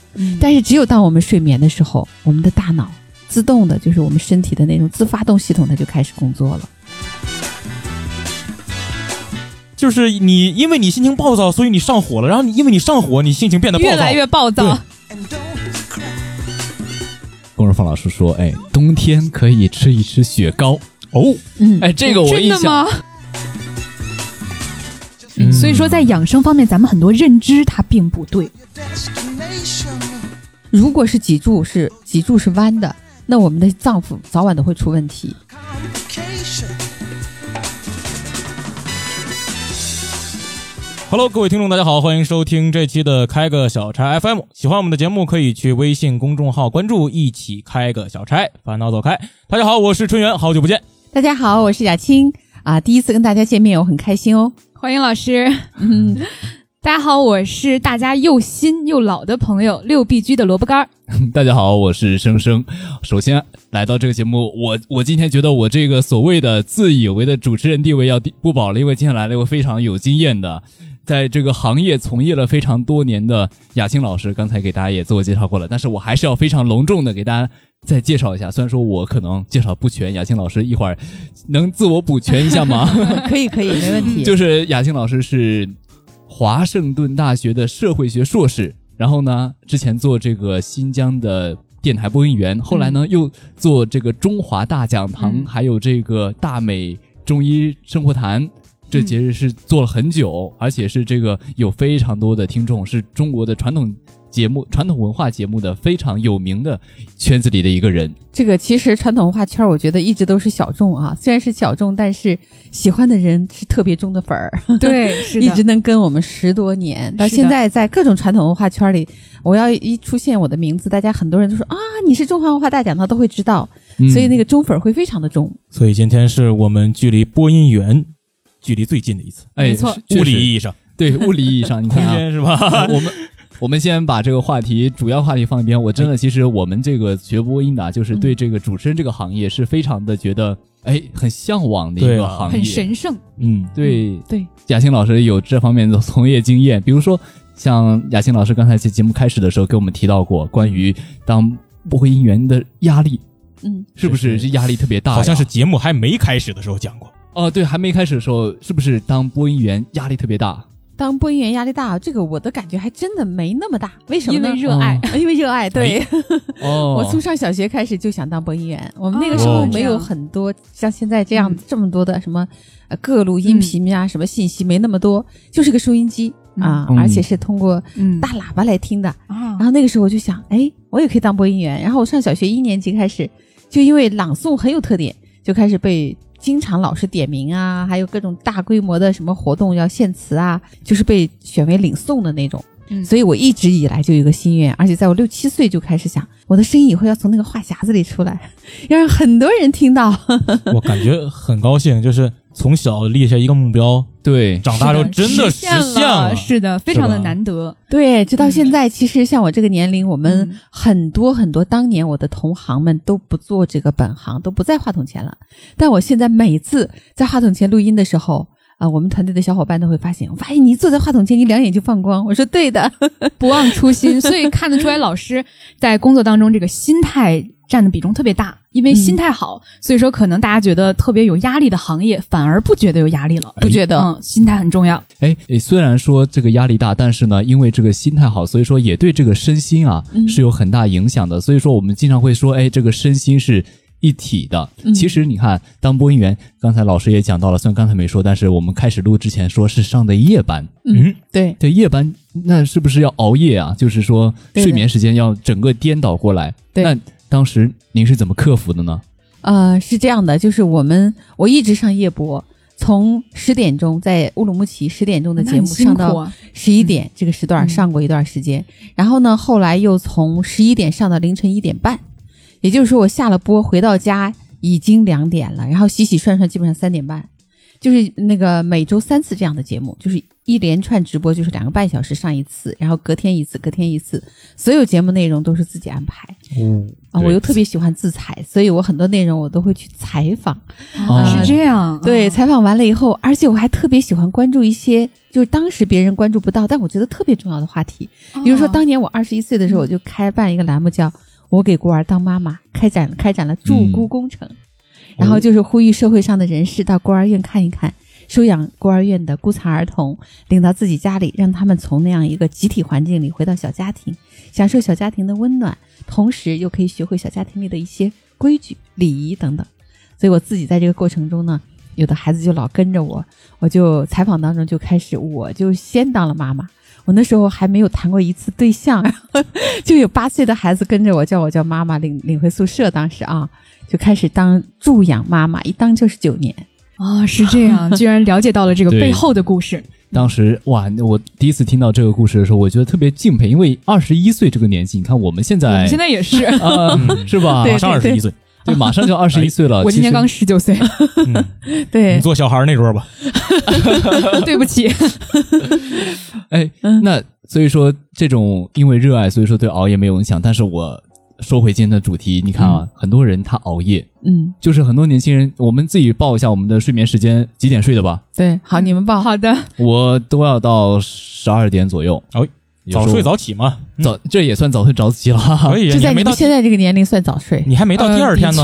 但是只有当我们睡眠的时候，我们的大脑自动的，就是我们身体的那种自发动系统，它就开始工作了。 就是你因为你心情暴躁，所以你上火了，然后因为你上火，你心情变得暴躁， 越来越暴躁。 龚若芳老师说，冬天可以吃一吃雪糕哦。这个我印象。 真的吗？所以说在养生方面，咱们很多认知它并不对。 如果是脊柱是弯的，那我们的脏腑早晚都会出问题。 Hello， 各位听众，大家好，欢迎收听这期的开个小差 FM。喜欢我们的节目，可以去微信公众号关注，一起开个小差，烦恼走开。大家好，我是春元，好久不见。 大家好，我是雅青第一次跟大家见面，我很开心哦。 欢迎老师。大家好，我是大家又新又老的朋友六必居的萝卜干。 大家好，我是生生。首先来到这个节目，我今天觉得我这个所谓的自以为的主持人地位要不保了，因为今天来了一位非常有经验的，在这个行业从业了非常多年的雅青老师，刚才给大家也自我介绍过了，但是我还是要非常隆重的给大家再介绍一下，虽然说我可能介绍不全，雅青老师一会儿能自我补全一下吗？ 可以，没问题。 就是雅青老师是华盛顿大学的社会学硕士，然后呢，之前做这个新疆的电台播音员，后来呢又做这个中华大讲堂，还有这个大美中医生活坛。这节日是做了很久，而且是这个有非常多的听众，是中国的传统文化节目的非常有名的圈子里的一个人。 这个其实传统文化圈我觉得一直都是小众啊，虽然是小众，但是喜欢的人是特别忠的粉儿。 对，是的， 一直能跟我们10多年，到现在在各种传统文化圈里，我要一出现我的名字，大家很多人都说你是中华文化大讲堂，都会知道，所以那个忠粉会非常的忠。 所以今天是我们距离播音员距离最近的一次， 没错， 物理意义上， 对，物理意义上，你看空间是吧？ 我们先把这个主要话题放一边。我真的，其实我们这个学播音的，就是对这个主持人这个行业是非常的觉得，很向往的一个行业， 很神圣。 对。 雅青老师有这方面的从业经验，比如说像雅青老师刚才在节目开始的时候给我们提到过关于当播音员的压力，是不是压力特别大？ 好像是节目还没开始的时候讲过。 对，还没开始的时候，是不是当播音员压力特别大？ 当播音员压力大，这个我的感觉还真的没那么大。为什么呢？ 因为热爱， 因为热爱。对，我从上小学开始就想当播音员。我们那个时候没有很多像现在这样这么多的什么各路音频啊，什么信息没那么多，就是个收音机而且是通过大喇叭来听的。然后那个时候我就想，我也可以当播音员。然后我上小学1年级开始，就因为朗诵很有特点，就开始被经常老师点名啊，还有各种大规模的什么活动要献词啊，就是被选为领诵的那种。所以我一直以来就有一个心愿，而且在我6、7岁就开始想，我的声音以后要从那个话匣子里出来，要让很多人听到。 我感觉很高兴，就是从小立下一个目标， 对， 长大之后真的实现了， 是的，非常的难得。 对，直到现在，其实像我这个年龄，我们很多当年我的同行们都不做这个本行，都不在话筒前了。但我现在每次在话筒前录音的时候我们团队的小伙伴都会发现你坐在话筒前，你2眼就放光。我说对的， 不忘初心。所以看得出来老师在工作当中这个心态占的比重特别大，因为心态好，所以说可能大家觉得特别有压力的行业反而不觉得有压力了， 不觉得心态很重要。 虽然说这个压力大，但是呢因为这个心态好，所以说也对这个身心是有很大影响的。所以说我们经常会说这个身心是一体的。其实你看当播音员，刚才老师也讲到了，虽然刚才没说，但是我们开始录之前说是上的夜班。 对， 夜班那是不是要熬夜啊？就是说睡眠时间要整个颠倒过来。那当时您是怎么克服的呢？ 是这样的，就是我一直上夜播，从10点钟在乌鲁木齐10点钟的节目上到11点，这个时段上过一段时间。然后呢，后来又从11点上到凌晨1点半。也就是说我下了播回到家已经2点了，然后洗洗涮涮基本上3点半。 就是那个每周3次这样的节目，就是一连串直播，就是2个半小时上一次，然后隔天一次，隔天一次，所有节目内容都是自己安排。我又特别喜欢自采，所以我很多内容我都会去采访。 是这样。 对，采访完了以后，而且我还特别喜欢关注一些就是当时别人关注不到，但我觉得特别重要的话题。比如说当年我21岁的时候，我就开办一个栏目叫我给孤儿当妈妈，开展了助孤工程。然后就是呼吁社会上的人士到孤儿院看一看，收养孤儿院的孤残儿童，领到自己家里，让他们从那样一个集体环境里回到小家庭，享受小家庭的温暖，同时又可以学会小家庭里的一些规矩、礼仪等等。所以我自己在这个过程中呢，有的孩子就老跟着我，我就采访当中就开始，我就先当了妈妈。我那时候还没有谈过一次对象，就有8岁的孩子跟着我，叫妈妈，领回宿舍，当时啊就开始当助养妈妈，一当就是9年。 是这样，居然了解到了这个背后的故事。 当时哇，我第一次听到这个故事的时候，我觉得特别敬佩，因为21岁这个年纪，你看我们现在也是是吧？ 马上21岁， 对，马上就21岁了。 我今年刚19岁。 对， 你坐小孩那桌吧。 对不起。 那所以说这种因为热爱，所以说对熬夜没有影响。但是我说回今天的主题，你看啊，很多人他熬夜，就是很多年轻人，我们自己报一下我们的睡眠时间，几点睡的吧？ 对，好，你们报。 好的， 我都要到12点左右。 早睡早起嘛， 这也算早睡早起了。 可以， 就在你们现在这个年龄算早睡， 你还没到第二天呢。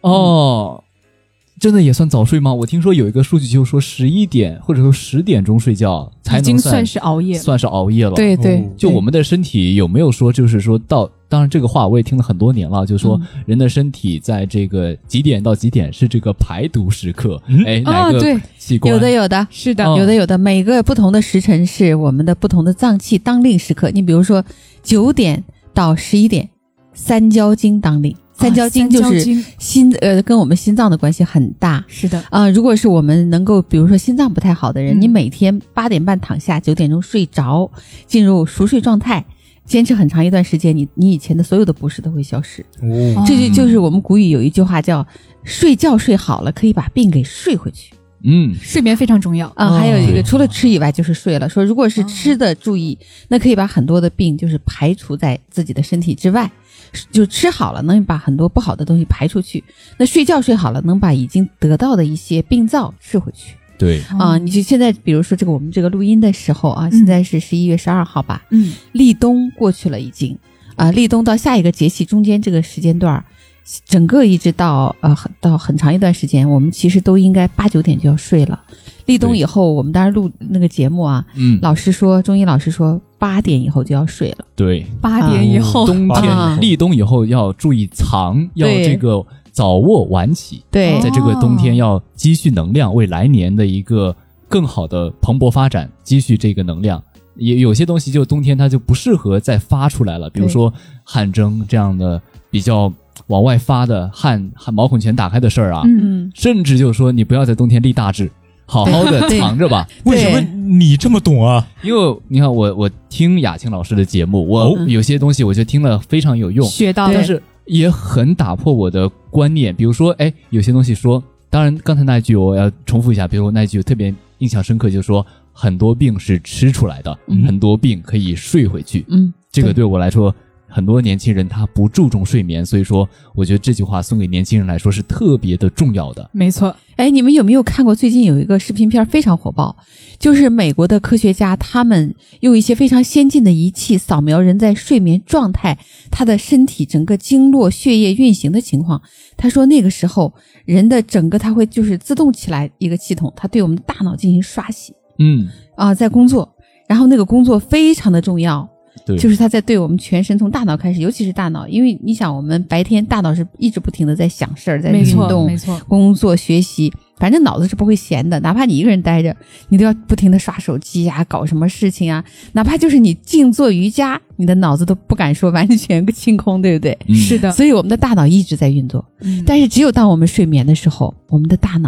真的也算早睡吗？我听说有一个数据就说11点或者说10点钟睡觉才能已经算是熬夜了。 对对， 就我们的身体有没有说就是说到，当然这个话我也听了很多年了，就是说人的身体在这个几点到几点是这个排毒时刻。哪个器官？ 有的是的， 有的，每个不同的时辰是我们的不同的脏器当令时刻。你比如说9点到11点，三焦经当令。三焦经就是跟我们心脏的关系很大。 是的如果是我们能够比如说心脏不太好的人，你每天8点半躺下，9点钟睡着，进入熟睡状态，坚持很长一段时间，你以前的所有的不适都会消失。这就是我们古语有一句话叫睡觉睡好了可以把病给睡回去。 睡眠非常重要还有一个除了吃以外就是睡了，说如果是吃的注意，那可以把很多的病就是排除在自己的身体之外，就吃好了能把很多不好的东西排出去，那睡觉睡好了能把已经得到的一些病灶吃回去。 对你就现在比如说我们这个录音的时候现在是11月12号吧，立冬过去了已经立冬到下一个节气中间这个时间段，整个一直到很长一段时间，我们其实都应该8、9点就要睡了。立冬以后，我们当时录那个节目中医老师说8点以后就要睡了。 对 ，8点以后， 冬天立冬以后要注意藏，要这个早卧晚起。 对， 在这个冬天要积蓄能量，为来年的一个更好的蓬勃发展积蓄这个能量。也有些东西就冬天它就不适合再发出来了，比如说汗蒸这样的比较往外发的汗毛孔全打开的事儿甚至就是说你不要在冬天立大志，好好的藏着吧。 为什么你这么懂啊？ 因为你看我听雅青老师的节目，我有些东西我就听了非常有用， 学到了， 但是也很打破我的观念。比如说有些东西说，当然刚才那一句我要重复一下，比如那一句特别印象深刻，就是说很多病是吃出来的，很多病可以睡回去。这个对我来说，很多年轻人他不注重睡眠，所以说我觉得这句话送给年轻人来说是特别的重要的。 没错。 你们有没有看过最近有一个视频片非常火爆，就是美国的科学家他们用一些非常先进的仪器扫描人在睡眠状态他的身体整个经络血液运行的情况。他说那个时候人的整个他会就是自动起来一个系统，他对我们大脑进行刷洗。在工作，然后那个工作非常的重要， 对， 就是他在对我们全身从大脑开始，尤其是大脑，因为你想我们白天大脑是一直不停的在想事儿，在运动， 没错， 工作学习，反正脑子是不会闲的，哪怕你一个人待着，你都要不停的刷手机搞什么事情哪怕就是你静坐瑜伽，你的脑子都不敢说完全清空，对不对？ 是的。 所以我们的大脑一直在运作，但是只有当我们睡眠的时候，我们的大脑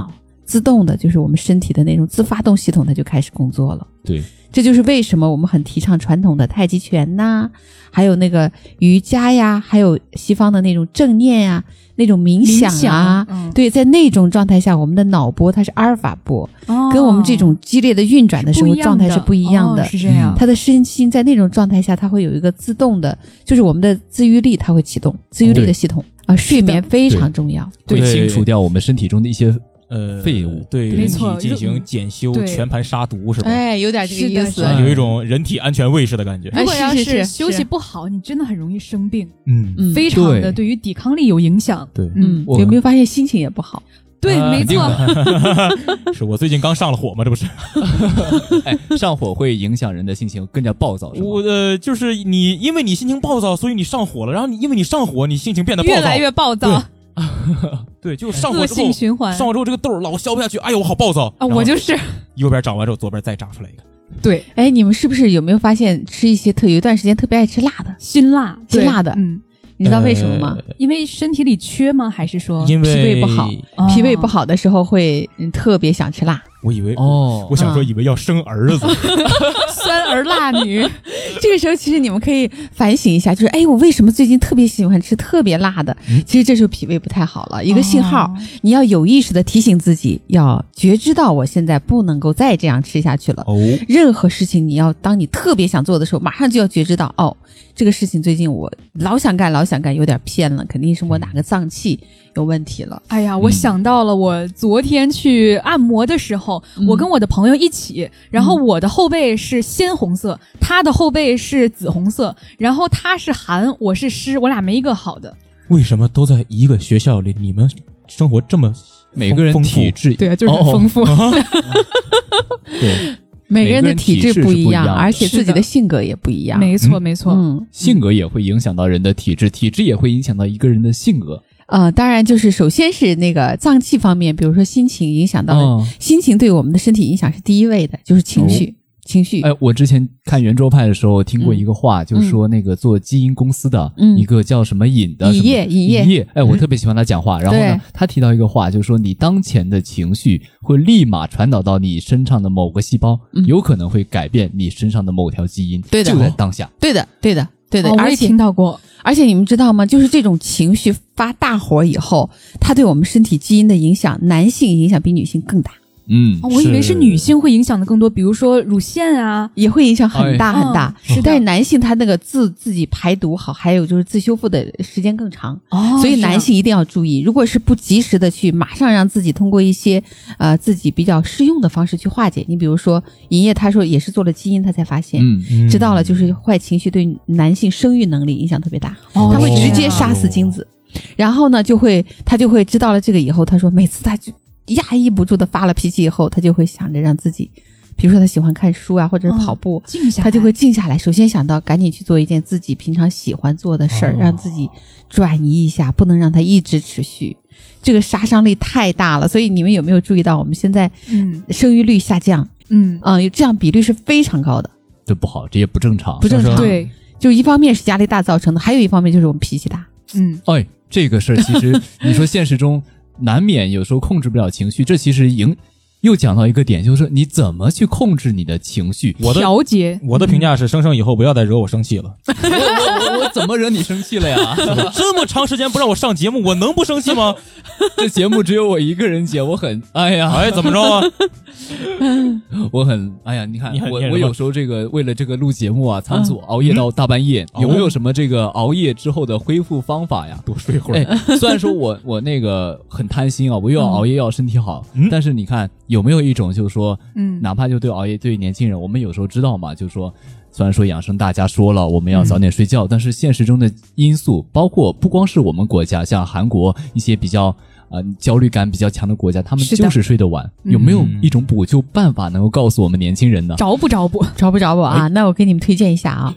自动的，就是我们身体的那种自发动系统，它就开始工作了。 对， 这就是为什么我们很提倡传统的太极拳呐，还有那个瑜伽呀，还有西方的那种正念呀，那种冥想啊，对，在那种状态下，我们的脑波它是阿尔法波，跟我们这种激烈的运转的时候状态是不一样的。 是这样， 它的身心在那种状态下，它会有一个自动的，就是我们的自愈力它会启动，自愈力的系统啊，睡眠非常重要， 会清除掉我们身体中的一些废物， 对人体没错进行检修、全盘杀毒是吧？ 哎，有点这个意思， 有一种人体安全卫士的感觉。 如果要是休息不好，你真的很容易生病， 非常的对于抵抗力有影响。 对， 有没有发现心情也不好？ 对，没错。 是我最近刚上了火吗？这不是？ 哎，上火会影响人的心情，更加暴躁，是吗？ 就是你，因为你心情暴躁，所以你上火了，然后因为你上火，你心情变得暴躁， 越来越暴躁。 对，就上火之后， 恶性循环。 上火之后，这个痘老消不下去，哎呦，我好暴躁啊！我就是右边长完之后，左边再长出来一个。 对， 哎，你们是不是有没有发现吃一些有一段时间特别爱吃辣的， 辛辣的？你知道为什么吗？ 因为身体里缺吗？还是说因为脾胃不好？脾胃不好的时候会特别想吃辣。 我以为我想说以为要生儿子， 酸儿辣女。 这个时候其实你们可以反省一下，就是哎，我为什么最近特别喜欢吃特别辣的？其实这时候脾胃不太好了，一个信号，你要有意识的提醒自己，要觉知到我现在不能够再这样吃下去了。任何事情你要当你特别想做的时候，马上就要觉知到，这个事情最近我老想干，有点偏了，肯定是我哪个脏器有问题了。 哎呀，我想到了，我昨天去按摩的时候，我跟我的朋友一起，然后我的后背是鲜红色，他的后背是紫红色，然后他是寒，我是湿，我俩没一个好的。 为什么都在一个学校里？你们生活这么每个人体质对啊，就是很丰富。 对。 每个人的体质不一样，而且自己的性格也不一样。 没错，没错。 性格也会影响到人的体质，体质也会影响到一个人的性格。 当然就是首先是那个脏器方面，比如说心情影响到心情对我们的身体影响是第一位的，就是情绪。哎， 我之前看圆桌派的时候听过一个话，就是说那个做基因公司的一个叫什么尹的尹烨， 哎，我特别喜欢他讲话。然后呢，他提到一个话，就是说你当前的情绪会立马传导到你身上的某个细胞，有可能会改变你身上的某条基因，就在当下。 对的。 我也听到过。 而且你们知道吗？就是这种情绪发大火以后，它对我们身体基因的影响，男性影响比女性更大。 我以为是女性会影响的更多，比如说乳腺啊， 也会影响很大很大。但是男性他那个自己排毒好，还有就是自修复的时间更长。所以男性一定要注意，如果是不及时的去马上让自己通过一些自己比较适用的方式去化解。你比如说尹烨他说也是做了基因他才发现，知道了就是坏情绪对男性生育能力影响特别大，他会直接杀死精子。然后呢他就会知道了这个以后，他说每次他就压抑不住的发了脾气以后，他就会想着让自己，比如说他喜欢看书啊，或者是跑步，他就会静下来。首先想到赶紧去做一件自己平常喜欢做的事儿，让自己转移一下，不能让它一直持续。这个杀伤力太大了，所以你们有没有注意到我们现在生育率下降？这样比率是非常高的。 这不好，这也不正常， 不正常。 对， 就一方面是压力大造成的，还有一方面就是我们脾气大。 这个事儿其实你说现实中。难免有时候控制不了情绪，这其实又讲到一个点，就是说你怎么去控制你的情绪， 调节。 我的评价是，生以后不要再惹我生气了。 我怎么惹你生气了呀？ 这么长时间不让我上节目，我能不生气吗？ 这节目只有我一个人剪，我很怎么着啊？ 我很你看我有时候这个为了这个录节目啊，仓促熬夜到大半夜，有没有什么这个熬夜之后的恢复方法呀？ 多睡会儿。 虽然说我那个很贪心啊，我又要熬夜要身体好，但是你看有没有一种就是说，哪怕就对熬夜对年轻人，我们有时候知道嘛，就是说。虽然说养生大家说了我们要早点睡觉，但是现实中的因素包括不光是我们国家，像韩国一些比较焦虑感比较强的国家，他们就是睡得晚。有没有一种补救办法能够告诉我们年轻人呢？ 着不啊？ 那我给你们推荐一下啊，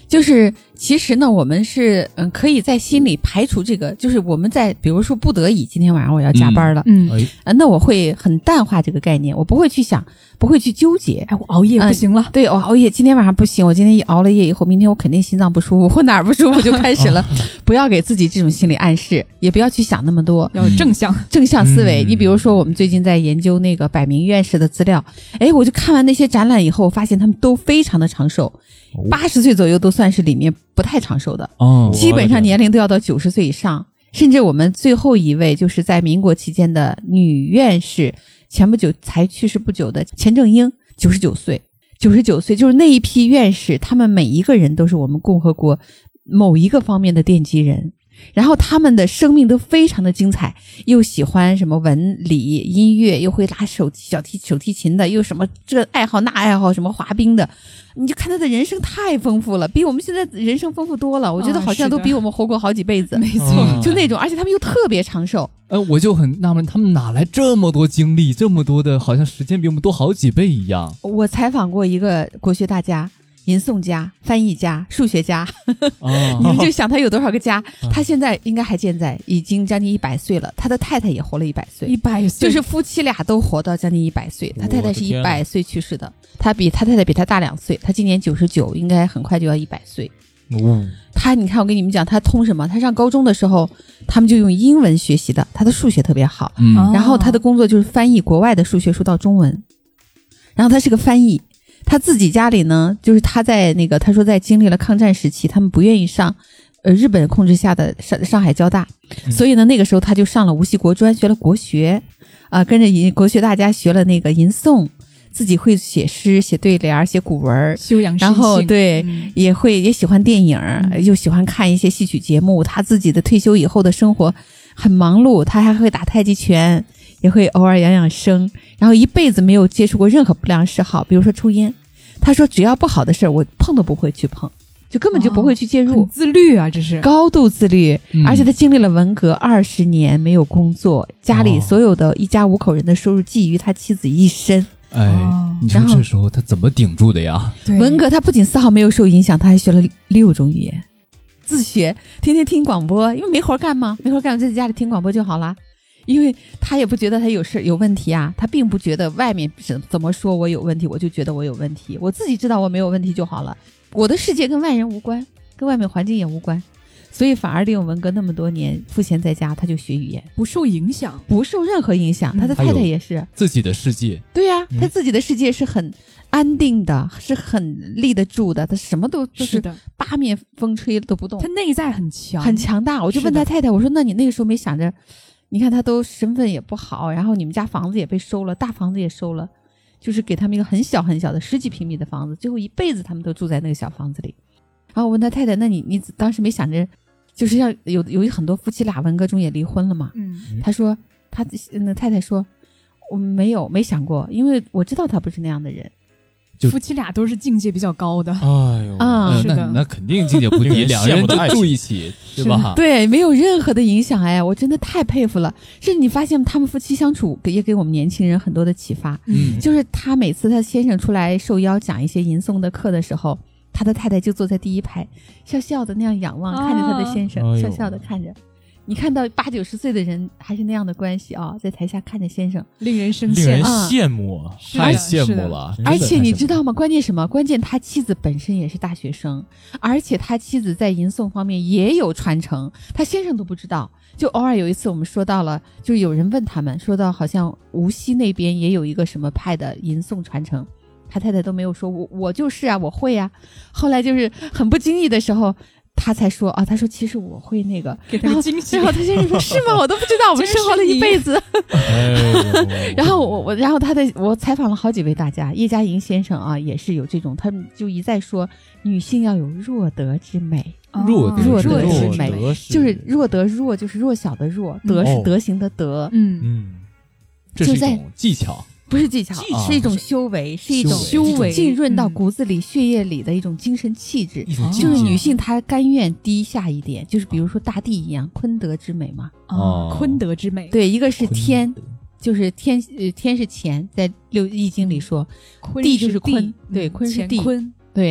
就是其实呢，我们是可以在心里排除这个，就是我们在比如说不得已今天晚上我要加班了，那我会很淡化这个概念，我不会去想，不会去纠结。 我熬夜不行了， 对，我熬夜今天晚上不行，我今天一熬了夜以后，明天我肯定心脏不舒服，或哪儿不舒服就开始了。不要给自己这种心理暗示，也不要去想那么多， 要正向思维。你比如说，我们最近在研究那个百名院士的资料，我就看完那些展览以后，我发现他们都非常的长寿。80岁左右都算是里面不太长寿的基本上年龄都要到90岁以上，甚至我们最后一位就是在民国期间的女院士，前不久才去世不久的钱正英，99岁，就是那一批院士，他们每一个人都是我们共和国某一个方面的奠基人，然后他们的生命都非常的精彩，又喜欢什么文理音乐，又会拉手提琴的，又什么这爱好那爱好，什么滑冰的，你就看他的人生太丰富了，比我们现在人生丰富多了，我觉得好像都比我们活过好几辈子， 没错， 就那种，而且他们又特别长寿。 我就很纳闷，他们哪来这么多精力，这么多的，好像时间比我们多好几倍一样。 我采访过一个国学大家、吟诵家、翻译家、数学家，你们就想他有多少个家？他现在应该还健在，已经将近100岁了。他的太太也活了100岁 ，100岁， 就是夫妻俩都活到将近100岁。他太太是100岁去世的，他太太比他大2岁，他今年99，应该很快就要100岁。你看我跟你们讲，他通什么？他上高中的时候，他们就用英文学习的，他的数学特别好，然后他的工作就是翻译国外的数学书到中文，然后他是个翻译。他自己家里呢，就是他在他说在经历了抗战时期，他们不愿意上日本控制下的上海交大，所以呢那个时候他就上了无锡国专，学了国学跟着国学大家学了那个吟诵，自己会写诗、写对联、写古文， 修养然后对、也喜欢电影，又喜欢看一些戏曲节目。他自己的退休以后的生活很忙碌，他还会打太极拳，也会偶尔养生，然后一辈子没有接触过任何不良嗜好，比如说抽烟。他说只要不好的事我碰都不会去碰，就根本就不会去介入。 很自律啊，这是高度自律。而且他经历了文革20年没有工作，家里所有的一家5口人的收入寄于他妻子一身。 你说这时候他怎么顶住的呀？ 文革他不仅丝毫没有受影响，他还学了6种语言，自学，天天听广播，因为没活干嘛，在家里听广播就好了。因为他也不觉得他有问题啊，他并不觉得外面怎么说我有问题，我就觉得我有问题，我自己知道我没有问题就好了。我的世界跟外人无关，跟外面环境也无关，所以反而利用文革那么多年赋闲在家，他就学语言， 不受影响， 不受任何影响。他的太太也是自己的世界， 对呀，他自己的世界是很安定的，是很立得住的，他什么都是八面风吹都不动， 他内在很强， 很强大。我就问他太太，我说那你那个时候没想着，你看他都身份也不好，然后你们家房子也被收了，大房子也收了，就是给他们一个很小很小的10几平米的房子，最后一辈子他们都住在那个小房子里。然后我问他太太，那你当时没想着，就是要有很多夫妻俩文革中也离婚了嘛？他说那太太说我没想过，因为我知道他不是那样的人。 夫妻俩都是境界比较高的， 是的，那肯定境界不低，两人都住一起，对吧？ 对，没有任何的影响。我真的太佩服了。甚至你发现他们夫妻相处也给我们年轻人很多的启发。就是他每次他先生出来受邀讲一些吟诵的课的时候，他的太太就坐在第一排，笑笑的那样仰望，看着他的先生，笑笑的看着。你看到80、90岁的人还是那样的关系在台下看着先生， 令人生令人羡慕啊， 太羡慕了。 而且你知道吗？关键什么？关键他妻子本身也是大学生，而且他妻子在吟诵方面也有传承，他先生都不知道。就偶尔有一次我们说到了，就有人问他们，说到好像无锡那边也有一个什么派的吟诵传承，他太太都没有说我就是啊，我会啊。后来就是很不经意的时候，他才说他说其实我会那个， 给他个惊喜。 然后他先生说是吗？我都不知道，我们生活了一辈子。然后我采访了好几位大家，叶嘉莹先生也是有这种，他们就一再说女性要有弱德之美。 弱德之美就是弱德，弱就是弱小的弱，德是德行的德。 这是一种技巧。 不是技巧，是一种修为，是一种修为， 浸润到骨子里、血液里的一种精神气质。就是女性她甘愿低下一点，就是比如说大地一样，坤德之美嘛。 坤德之美。 对，一个是天，就是天是乾，在易经里说，地就是坤，对，坤是地，对，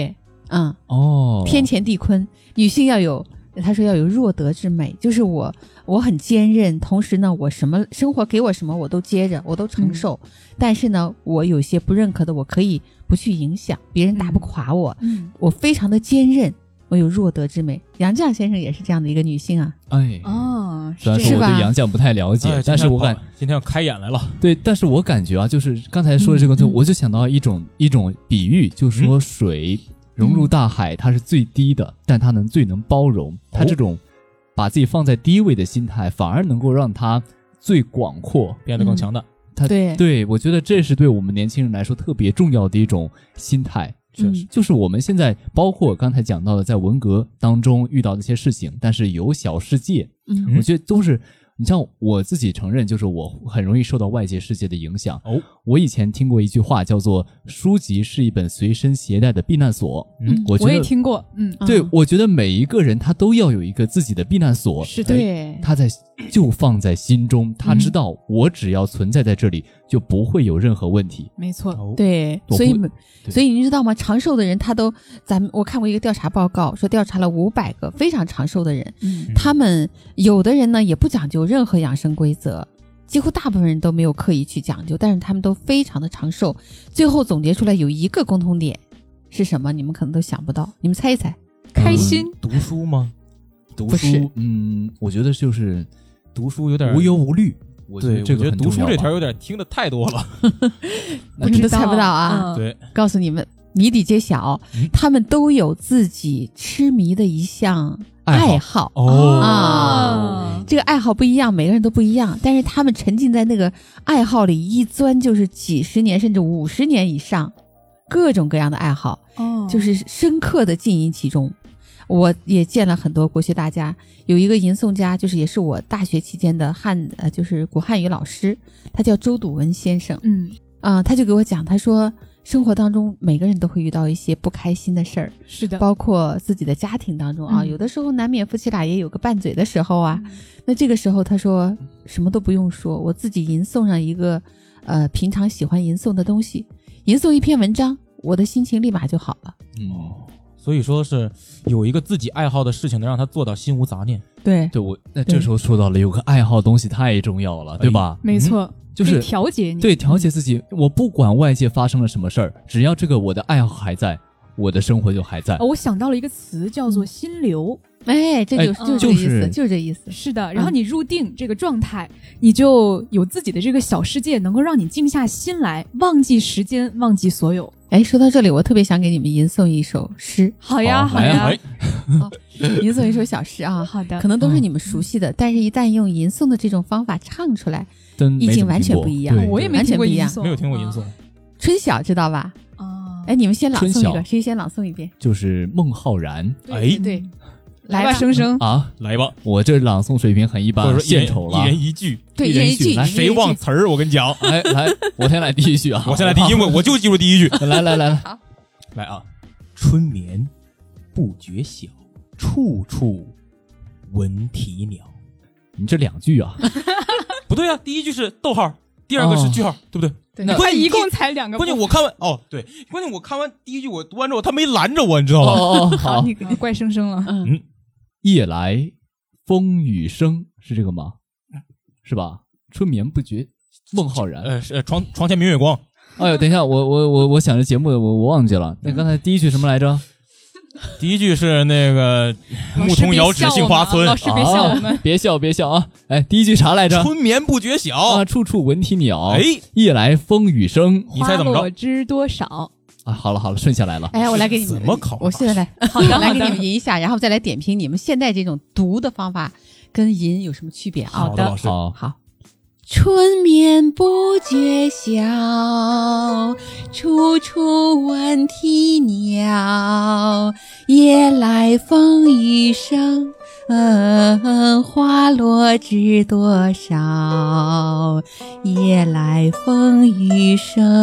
天乾地坤，女性要有，他说要有若德之美，就是我很坚韧，同时呢，我什么生活给我什么我都接着，我都承受，但是呢，我有些不认可的，我可以不去影响，别人打不垮我，我非常的坚韧。我有若德之美，杨绛先生也是这样的一个女性啊。 虽然说我对杨绛不太了解，但是我今天要开眼来了。 对，但是我感觉啊，就是刚才说的这个，我就想到一种比喻，就是说水融入大海，它是最低的，但它最能包容。它这种把自己放在低位的心态，反而能够让它最广阔， 变得更强大。 对，我觉得这是对我们年轻人来说特别重要的一种心态。就是我们现在包括刚才讲到的在文革当中遇到的一些事情，但是有小世界，我觉得都是，你像我自己承认，就是我很容易受到外界世界的影响。我以前听过一句话叫做书籍是一本随身携带的避难所。 我也听过。 对，我觉得每一个人他都要有一个自己的避难所。 是的，对， 他就放在心中，他知道我只要存在在这里，就不会有任何问题。 没错， 对，所以你知道吗？长寿的人我看过一个调查报告，说调查了500个非常长寿的人，他们有的人呢也不讲究任何养生规则，几乎大部分人都没有刻意去讲究，但是他们都非常的长寿。最后总结出来有一个共同点是什么？你们可能都想不到，你们猜一猜。 开心。 读书吗？ 读书，我觉得就是读书有点无忧无虑。 对， 这个我觉得读书这条有点听得太多了。 你都猜不到啊？ 对， 告诉你们，谜底揭晓，他们都有自己痴迷的一项爱好。这个爱好不一样，每个人都不一样，但是他们沉浸在那个爱好里，一钻就是几十年甚至50年以上，各种各样的爱好，就是深刻的浸淫其中。我也见了很多国学大家，有一个吟诵家，就是也是我大学期间的就是古汉语老师，他叫周笃文先生。他就给我讲，他说生活当中每个人都会遇到一些不开心的事儿， 是的， 包括自己的家庭当中啊，有的时候难免夫妻俩也有个拌嘴的时候啊。那这个时候他说什么都不用说，我自己吟诵上一个平常喜欢吟诵的东西，吟诵一篇文章，我的心情立马就好了。 所以说是有一个自己爱好的事情，能让他做到心无杂念。 对， 那这时候说到了有个爱好的东西太重要了，对吧？ 没错， 就是调节你， 对，调节自己。我不管外界发生了什么事儿，只要这个我的爱好还在，我的生活就还在。 我想到了一个词，叫做心流。 就是这意思。 是的，然后你入定这个状态，你就有自己的这个小世界，能够让你静下心来，忘记时间，忘记所有。 说到这里，我特别想给你们吟诵一首诗。 好呀。 吟诵一首小诗啊。 好的， 可能都是你们熟悉的，但是一旦用吟诵的这种方法唱出来，意境完全不一样。 我也没听过吟诵， 没有听过吟诵。 春晓知道吧？你们先朗诵一个，谁先朗诵一遍？ 就是孟浩然。 对， 来吧，生生啊， 来吧！ 我这朗诵水平很一般，献丑了。 一人一句， 对，一人一句， 谁忘词儿？我跟你讲， 来，我先来第一句啊！ 我先来第一句，我就记住第一句。 来， 好， 来啊！春眠不觉晓，处处闻啼鸟。 你这2句啊？ 不对啊，第一句是逗号，第二个是句号，对不对？ 对，他一共才2个。 关键我看完对，关键我看完第一句，我读完之后，他没拦着我，你知道吗？ 好，你怪生生了。 夜来风雨声是这个吗？是吧？春眠不觉，孟浩然。 床前明月光。 哎呦，等一下，我想着节目我忘记了。那刚才第一句什么来着？ 第一句是那个牧童遥指杏花村。 老师别笑我们， 别笑啊！第一句啥来着？ 春眠不觉晓啊，处处闻啼鸟。夜来风雨声。 你猜怎么着？ 花落知多少啊？好了，顺下来了。 我来给你们怎么考？ 我现在来，来给你们吟一下，然后再来点评你们现在这种读的方法跟吟有什么区别。 好的，老师。 好。春眠不觉晓，处处闻啼鸟。夜来风雨声，花落知多少。夜来风雨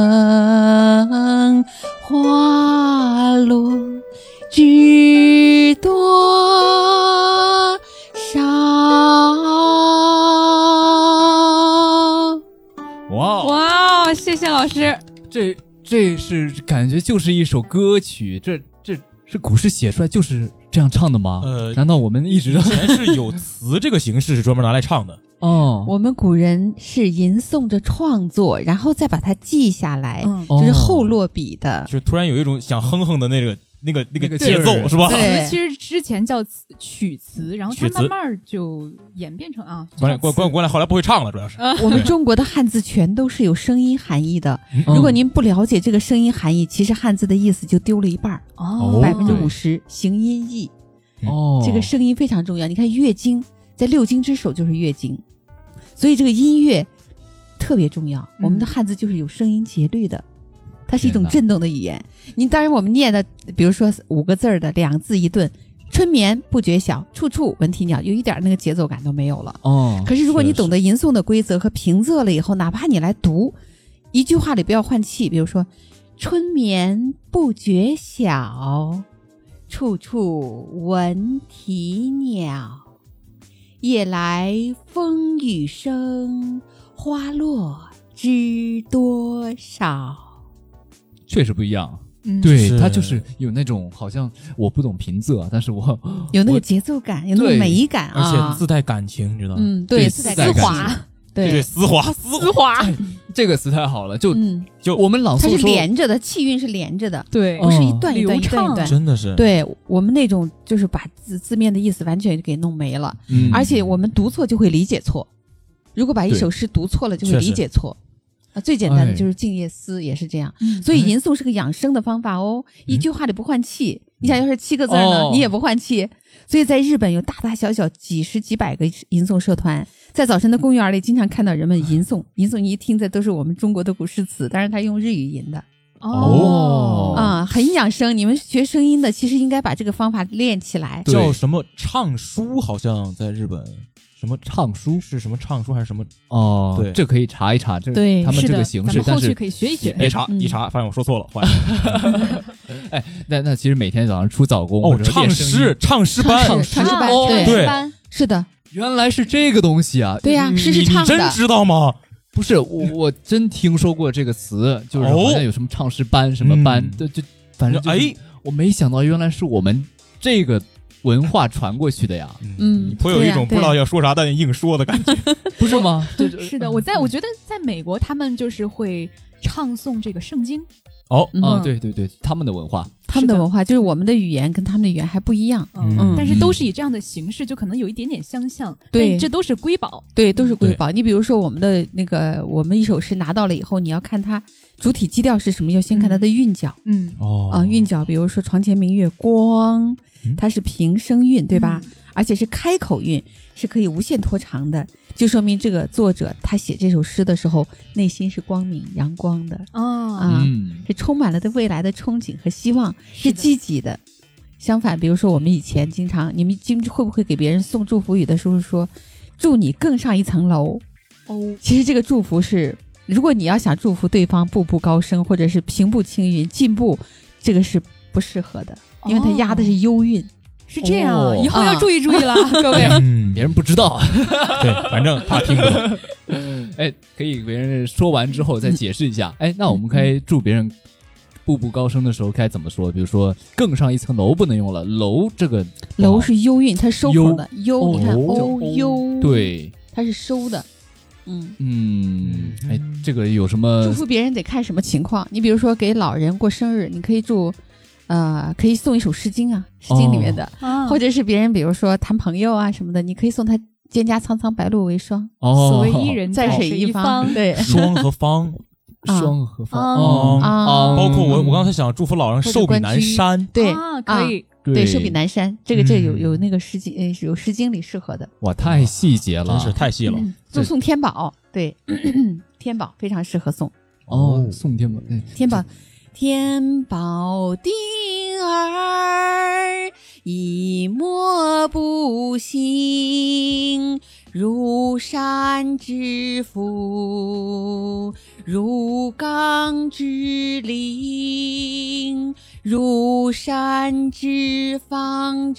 声，花落知多少。 谢谢老师。 这是感觉就是一首歌曲，这是古诗写出来就是这样唱的吗？难道我们一直以前是有词这个形式是专门拿来唱的？ 哦， 我们古人是吟诵着创作，然后再把它记下来，就是后落笔的。 就突然有一种想哼哼的那个节奏，是吧？ 对，其实之前叫曲词，然后它慢慢就演变成啊。 关来，后来不会唱了，主要是。 我们中国的汉字全都是有声音含义的。如果您不了解这个声音含义，其实汉字的意思就丢了一半，50%形音义。这个声音非常重要。你看乐经，在6经之首就是乐经，所以这个音乐特别重要。我们的汉字就是有声音节律的。它是一种震动的语言。你当然我们念的，比如说5个字的2字一顿，春眠不觉晓，处处闻啼鸟，有一点那个节奏感都没有了。可是如果你懂得吟诵的规则和平仄了以后，哪怕你来读一句话里不要换气，比如说春眠不觉晓，处处闻啼鸟，夜来风雨声，花落知多少。 确实不一样。对，它就是有那种好像我不懂平仄，但是我有那个节奏感，有那个美感啊， 而且自带感情，你知道吗？ 对， 自带感情。 对，丝滑， 这个词太好了，就我们朗诵它是连着的，气韵是连着的， 对， 不是一段一段一段一段， 真的是。 对，我们那种就是把字面的意思完全给弄没了，而且我们读错就会理解错，如果把一首诗读错了就会理解错。最简单的就是静夜思也是这样，所以吟诵是个养生的方法哦。一句话里不换气，你想要是7个字呢，你也不换气。所以在日本有大大小小几十几百个吟诵社团，在早晨的公园里经常看到人们吟诵，你一听这都是我们中国的古诗词，但是他用日语吟的。很养生。你们学声音的其实应该把这个方法练起来。 叫什么唱书，好像在日本。什么唱书是什么唱书还是什么？对， 这可以查一查，这他们这个形式， 但是后续可以学一学。 一查，发现我说错了，换。 哎，那其实每天早上出早功唱诗班， 对，是的， 原来是这个东西啊！ 对呀，诗是唱的， 你真知道吗？ 不是，我真听说过这个词，就是好像有什么唱诗班什么班，就反正我没想到原来是我们这个文化传过去的呀。 你颇有一种不知道要说啥但硬说的感觉， 不是吗？ 是的，我觉得在美国他们就是会唱诵这个圣经。 对，他们的文化就是我们的语言跟他们的语言还不一样， 但是都是以这样的形式，就可能有一点点相像。 对， 这都是瑰宝。 对，都是瑰宝。你比如说我们的我们一首诗拿到了以后，你要看它主体基调是什么，要先看它的韵脚。韵脚，比如说床前明月光，它是平声韵，对吧？而且是开口韵，是可以无限拖长的，就说明这个作者他写这首诗的时候内心是光明阳光的是充满了对未来的憧憬和希望，是积极的。相反，比如说我们以前经常，你们会不会给别人送祝福语的时候说祝你更上一层楼？其实这个祝福是，如果你要想祝福对方步步高升或者是平步青云进步，这个是不适合的，因为它压的是幽韵。 是这样，以后要注意了，各位。 别人不知道， 对，反正他听不懂。 可以别人说完之后再解释一下。那我们该祝别人步步高升的时候该怎么说？比如说更上一层楼不能用了，楼这个楼是幽韵，它收口的幽，你看幽， 对， 它是收的。 这个有什么祝福别人得看什么情况？你比如说给老人过生日，你可以祝。可以送一首诗经啊，诗经里面的，或者是别人比如说谈朋友啊什么的，你可以送他蒹葭苍苍白露为霜， 所谓伊人在水一方。对， 霜和芳， 霜和芳， 包括我刚才想祝福老人寿比南山， 对， 可以， 对，寿比南山，这有那个诗经，有诗经里适合的。 哇，太细节了， 真是太细了。 送天宝，对，天宝非常适合送。 送天宝， 天宝。天宝丁儿一墨不行，如山之福，如钢之灵，如山之方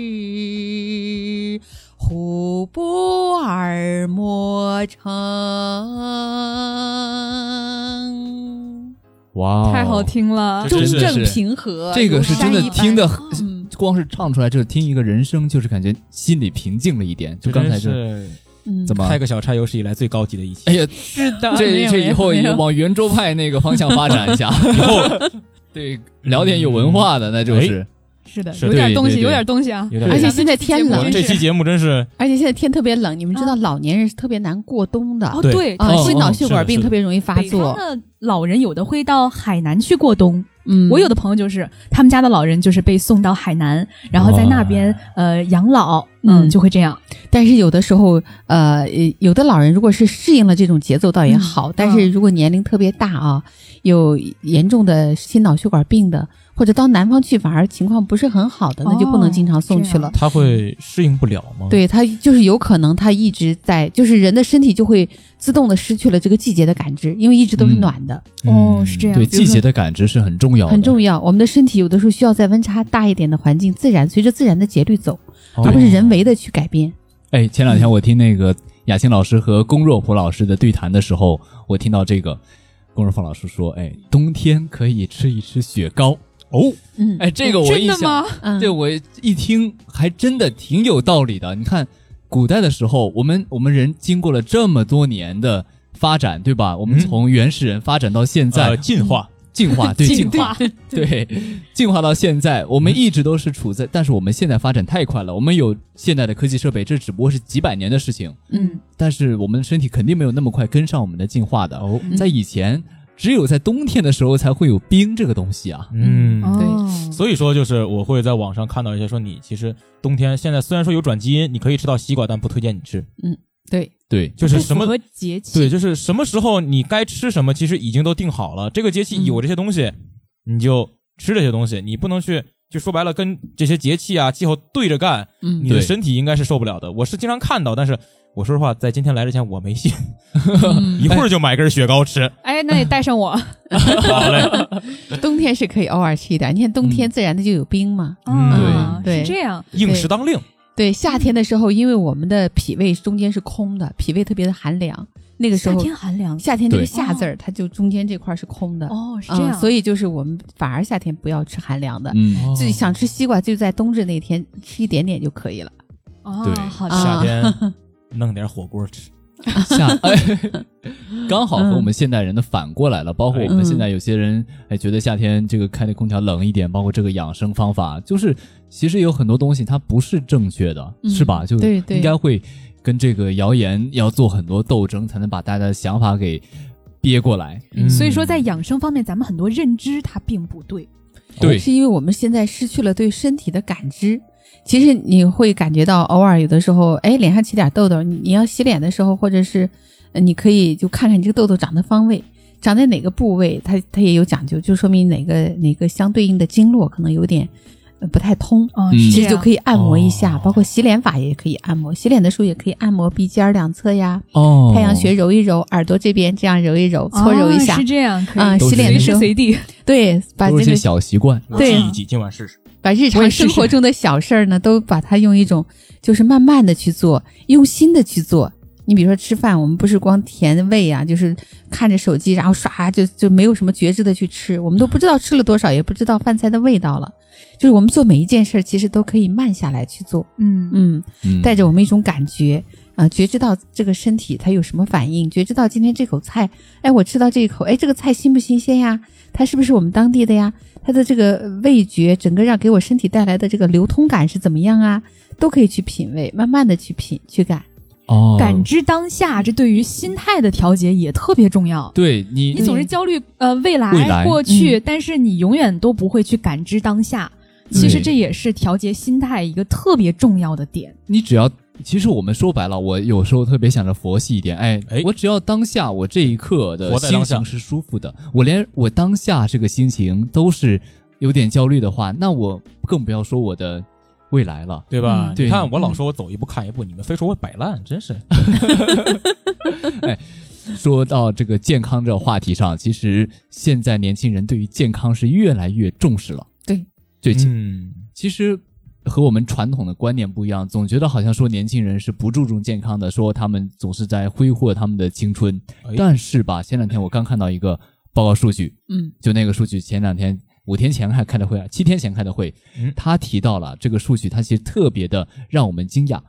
之，虎不而莫成。 哇， 太好听了， 中正平和， 这个是真的听的，光是唱出来就听一个人声，就是感觉心里平静了一点。就刚才是怎么开个小差有史以来最高级的一期？ 哎呀， 是的， 这以后也往圆桌派那个方向发展一下，以后对聊点有文化的，那就是。 是的，有点东西， 对有点东西啊！ 而且现在天冷， 这期节目真是， 而且现在天特别冷，你们知道老年人是特别难过冬的。 哦，对， 心脑血管病特别容易发作。 北方的老人有的会到海南去过冬。我有的朋友就是他们家的老人就是被送到海南，然后在那边养老，就会这样。 但是有的时候有的老人如果是适应了这种节奏倒也好，但是如果年龄特别大啊，有严重的心脑血管病的，或者到南方去反而情况不是很好的，那就不能经常送去了。 他会适应不了吗？ 对，他就是有可能他一直在，就是人的身体就会自动的失去了这个季节的感知，因为一直都是暖的。 是这样。 对，季节的感知是很重要的， 很重要。我们的身体有的时候需要在温差大一点的环境随着自然的节律走，而不是人为的去改变。 哎，前两天我听那个雅欣老师和龚若普老师的对谈的时候，我听到这个龚若普老师说，哎，冬天可以吃一吃雪糕。哎，这个我一想，对，我一听还真的挺有道理的。你看，古代的时候，我们人经过了这么多年的发展，对吧？我们从原始人发展到现在，进化，对，进化，对，进化到现在，我们一直都是处在，但是我们现在发展太快了，我们有现代的科技设备，这只不过是几百年的事情，但是我们的身体肯定没有那么快跟上我们的进化的。在以前。只有在冬天的时候才会有冰这个东西啊。 对， 所以说就是我会在网上看到一些说你其实冬天现在虽然说有转基因，你可以吃到西瓜，但不推荐你吃。 对， 就是什么节气， 对，就是什么时候你该吃什么，其实已经都定好了。这个节气有这些东西，你就吃这些东西，你不能去。就说白了，跟这些节气啊、气候对着干，你的身体应该是受不了的。我是经常看到，但是我说实话，在今天来之前我没信，一会儿就买根雪糕吃。 哎，那也带上我。 好嘞。 冬天是可以偶尔吃一点，你看冬天自然的就有冰嘛。 对，是这样。 应时当令。 对，夏天的时候，因为我们的脾胃中间是空的，脾胃特别的寒凉。那个时候夏天寒凉， 夏天这个夏字儿，它就中间这块是空的。 是这样。 所以就是我们反而夏天不要吃寒凉的，自己想吃西瓜就在冬至那天吃一点点就可以了。 对， 好的。 夏天弄点火锅吃。 刚好和我们现代人的反过来了。包括我们现在有些人觉得夏天这个开那空调冷一点，包括这个养生方法，就是其实有很多东西它不是正确的，是吧？就应该会跟这个谣言要做很多斗争，才能把大家的想法给憋过来。 所以说在养生方面咱们很多认知它并不对。 对， 是因为我们现在失去了对身体的感知。其实你会感觉到偶尔有的时候脸上起点痘痘，你要洗脸的时候，或者是你可以就看看你这个痘痘长的方位，长在哪个部位，它也有讲究，就说明哪个相对应的经络可能有点不太通，其实就可以按摩一下。包括洗脸法也可以按摩，洗脸的时候也可以按摩鼻尖两侧呀，太阳穴揉一揉，耳朵这边这样揉一揉，搓揉一下， 是这样，可以洗脸的时候随地， 对，把这个小习惯， 对， 记一记，今晚试试。 把日常生活中的小事儿呢，都把它用一种就是慢慢的去做，用心的去做。你比如说吃饭，我们不是光填胃啊，就是看着手机然后刷就没有什么觉知的去吃，我们都不知道吃了多少，也不知道饭菜的味道了。就是我们做每一件事其实都可以慢下来去做，带着我们一种感觉觉知到这个身体它有什么反应，觉知到今天这口菜，我吃到这一口，这个菜新不新鲜呀？它是不是我们当地的呀？它的这个味觉整个让给我身体带来的这个流通感是怎么样啊？都可以去品味，慢慢的去品去感。 感知当下，这对于心态的调节也特别重要。 对，你总是焦虑未来过去，但是你永远都不会去感知当下。其实这也是调节心态一个特别重要的点。 你只要，其实我们说白了，我有时候特别想着佛系一点，我只要当下我这一刻的心情是舒服的，我连我当下这个心情都是有点焦虑的话，那我更不要说我的未来了， 对吧？你看我老说我走一步看一步，你们非说我摆烂，真是。 说到这个健康这个话题上，其实现在年轻人对于健康是越来越重视了。 对， 其实和我们传统的观念不一样，总觉得好像说年轻人是不注重健康的，说他们总是在挥霍他们的青春。但是吧，前两天我刚看到一个报告数据，就那个数据前2天5天前还开的会啊，7天前开的会，他提到了这个数据，他其实特别的让我们惊讶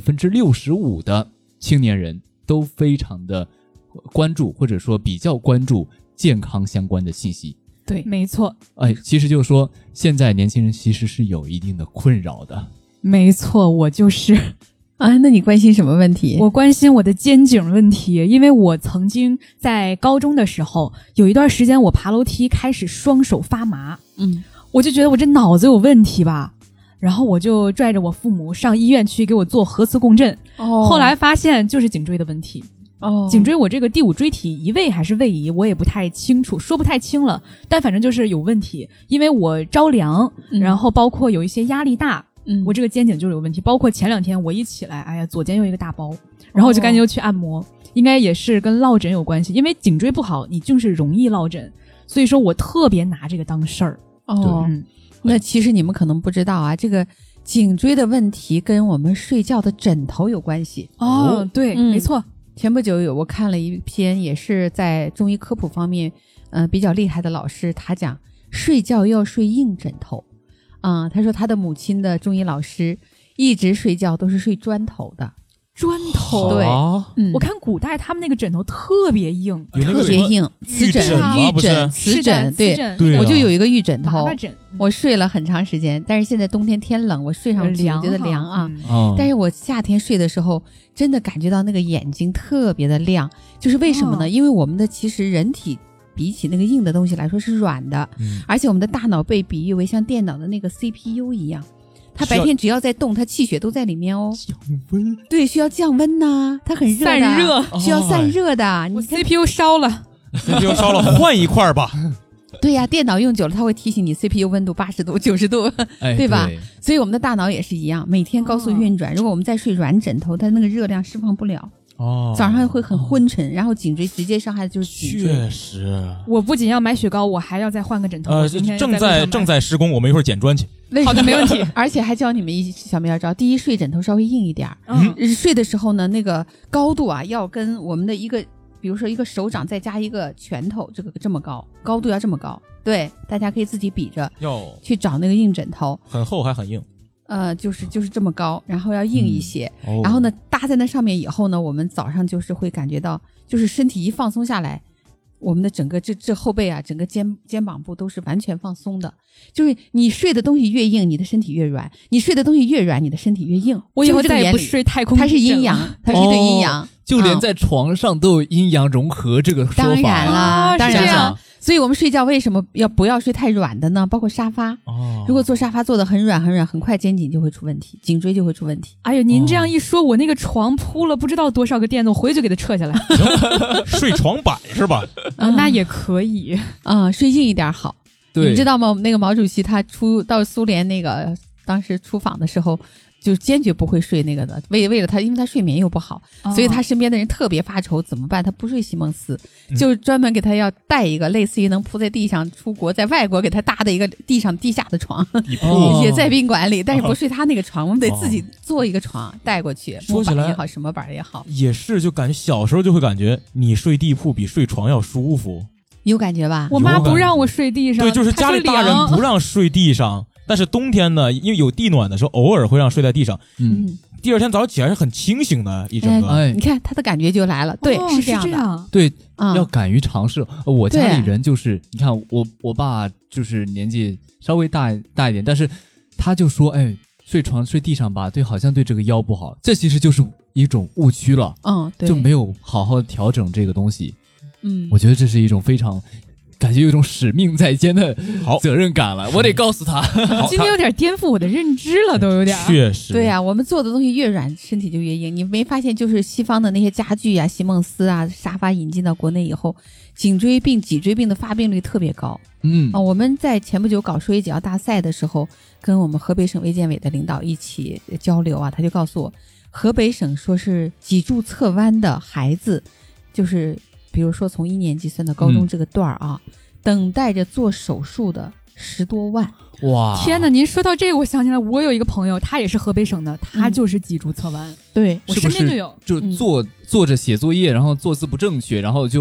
，65%的青年人都非常的关注，或者说比较关注健康相关的信息。 对，没错。 其实就是说，现在年轻人其实是有一定的困扰的。 没错，我就是啊。那你关心什么问题？ 我关心我的肩颈问题，因为我曾经在高中的时候，有一段时间我爬楼梯开始双手发麻，我就觉得我这脑子有问题吧，然后我就拽着我父母上医院去给我做核磁共振，后来发现就是颈椎的问题。颈椎我这个第5椎体移位还是位移我也不太清楚，说不太清了，但反正就是有问题，因为我着凉，然后包括有一些压力大，我这个肩颈就是有问题，包括前2天我一起来，哎呀，左肩又一个大包，然后我就赶紧又去按摩，应该也是跟落枕有关系，因为颈椎不好，你就是容易落枕，所以说我特别拿这个当事儿。 那其实你们可能不知道啊，这个颈椎的问题跟我们睡觉的枕头有关系。 对，没错。 前不久我看了一篇也是在中医科普方面比较厉害的老师，他讲睡觉要睡硬枕头他说他的母亲的中医老师一直睡觉都是睡砖头的。 砖头， 对， 我看古代他们那个枕头特别硬， 特别硬，瓷枕、玉枕、瓷枕，对，我就有一个玉枕头，我睡了很长时间，但是现在冬天天冷，我睡上去我觉得凉啊，但是我夏天睡的时候真的感觉到那个眼睛特别的亮，就是为什么呢？因为我们的其实人体比起那个硬的东西来说是软的，而且我们的大脑被比喻为像电脑的那个 CPU 一样。它白天只要在动，它气血都在里面哦。 降温， 对，需要降温呐，它很热的， 散热， 需要散热的。 我 CPU 烧了 ，CPU 烧了，换一块吧。 对呀，电脑用久了，它会提醒你 CPU 温度80度、90度，对吧？所以我们的大脑也是一样，每天高速运转。如果我们再睡软枕头，它那个热量释放不了。早上会很昏沉，然后颈椎直接伤害的就是颈椎。 确实， 我不仅要买雪糕，我还要再换个枕头。 正在施工，我们一会儿捡砖去。 好的，没问题。 而且还教你们一小妙招：第一，睡枕头稍微硬一点，睡的时候呢，那个高度啊，要跟我们的一个，比如说一个手掌再加一个拳头，这么高，高度要这么高。对，大家可以自己比着去找那个硬枕头， 很厚还很硬。 就是这么高，然后要硬一些，然后呢搭在那上面以后呢，我们早上就是会感觉到，就是身体一放松下来，我们的整个这后背啊，整个肩膀部都是完全放松的。就是你睡的东西越硬，你的身体越软；你睡的东西越软，你的身体越硬。 我以后再也不睡太空。 它是阴阳，它是一对阴阳， 就连在床上都有阴阳融合这个说法。 当然啦，当然啦。所以我们睡觉为什么不要睡太软的呢？包括沙发，如果坐沙发坐得很软很软，很快肩颈就会出问题，颈椎就会出问题。 哎呦，您这样一说，我那个床铺了不知道多少个垫子，我回去就给它撤下来。 睡床板是吧？ 那也可以睡硬一点好。你们知道吗？我们那个毛主席他到苏联那个当时出访的时候，就坚决不会睡那个的，为了他，因为他睡眠又不好，所以他身边的人特别发愁，怎么办？他不睡席梦思，就专门给他要带一个类似于能铺在地上，出国在外国给他搭的一个地下的床，也在宾馆里，但是不睡他那个床，我们得自己做一个床带过去，木板也好，什么板也好， 也是，就感觉小时候就会感觉你睡地铺比睡床要舒服， 有感觉吧？ 我妈不让我睡地上， 对，就是家里大人不让睡地上。但是冬天呢，因为有地暖的时候，偶尔会让睡在地上。第二天早上起来是很清醒的一整个。 你看他的感觉就来了。对，是这样的。 对，要敢于尝试。我家里人就是，你看我爸就是年纪稍微大一点，但是他就说，睡地上吧，好像对这个腰不好。这其实就是一种误区了。 对， 就没有好好调整这个东西。我觉得这是一种非常。感觉有一种使命在肩的责任感了，我得告诉他。 今天有点颠覆我的认知了，都有点。 确实。 对呀，我们做的东西越软，身体就越硬。你没发现，就是西方的那些家具啊、席梦思啊、沙发引进到国内以后，颈椎病的发病率特别高。我们在前不久搞说医解药大赛的时候，跟我们河北省卫健委的领导一起交流啊，他就告诉我，河北省说是脊柱侧弯的孩子，就是比如说从1年级算到高中这个段啊，等待着做手术的10多万。 哇！ 天哪！您说到这个，我想起来，我有一个朋友，他也是河北省的，他就是脊柱侧弯。 对， 我身边就有， 就坐着写作业，然后坐姿不正确，然后就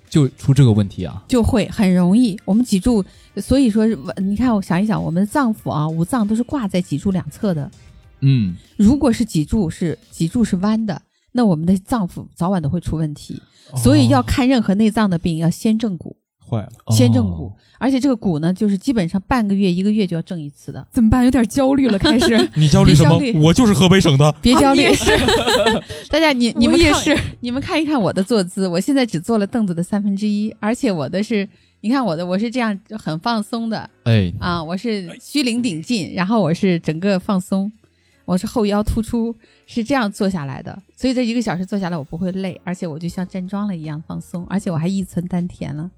就出这个问题啊？ 就会很容易。我们脊柱，所以说你看，我想一想，我们的脏腑啊，五脏都是挂在脊柱两侧的。如果是脊柱是弯的，那我们的脏腑早晚都会出问题。所以要看任何内脏的病，要先正骨。 坏了， 先正骨，而且这个骨呢，就是基本上半个月、1个月就要正一次的。 怎么办？有点焦虑了，开始。 你焦虑什么？我就是河北省的。 别焦虑，大家你们也是， 你们看一看我的坐姿，我现在只坐了凳子的1/3，而且我的是，你看我是这样很放松的，我是虚灵顶劲，然后我是整个放松，我是后腰突出，是这样坐下来的，所以这1个小时坐下来我不会累，而且我就像站桩了一样放松，而且我还1寸丹田了。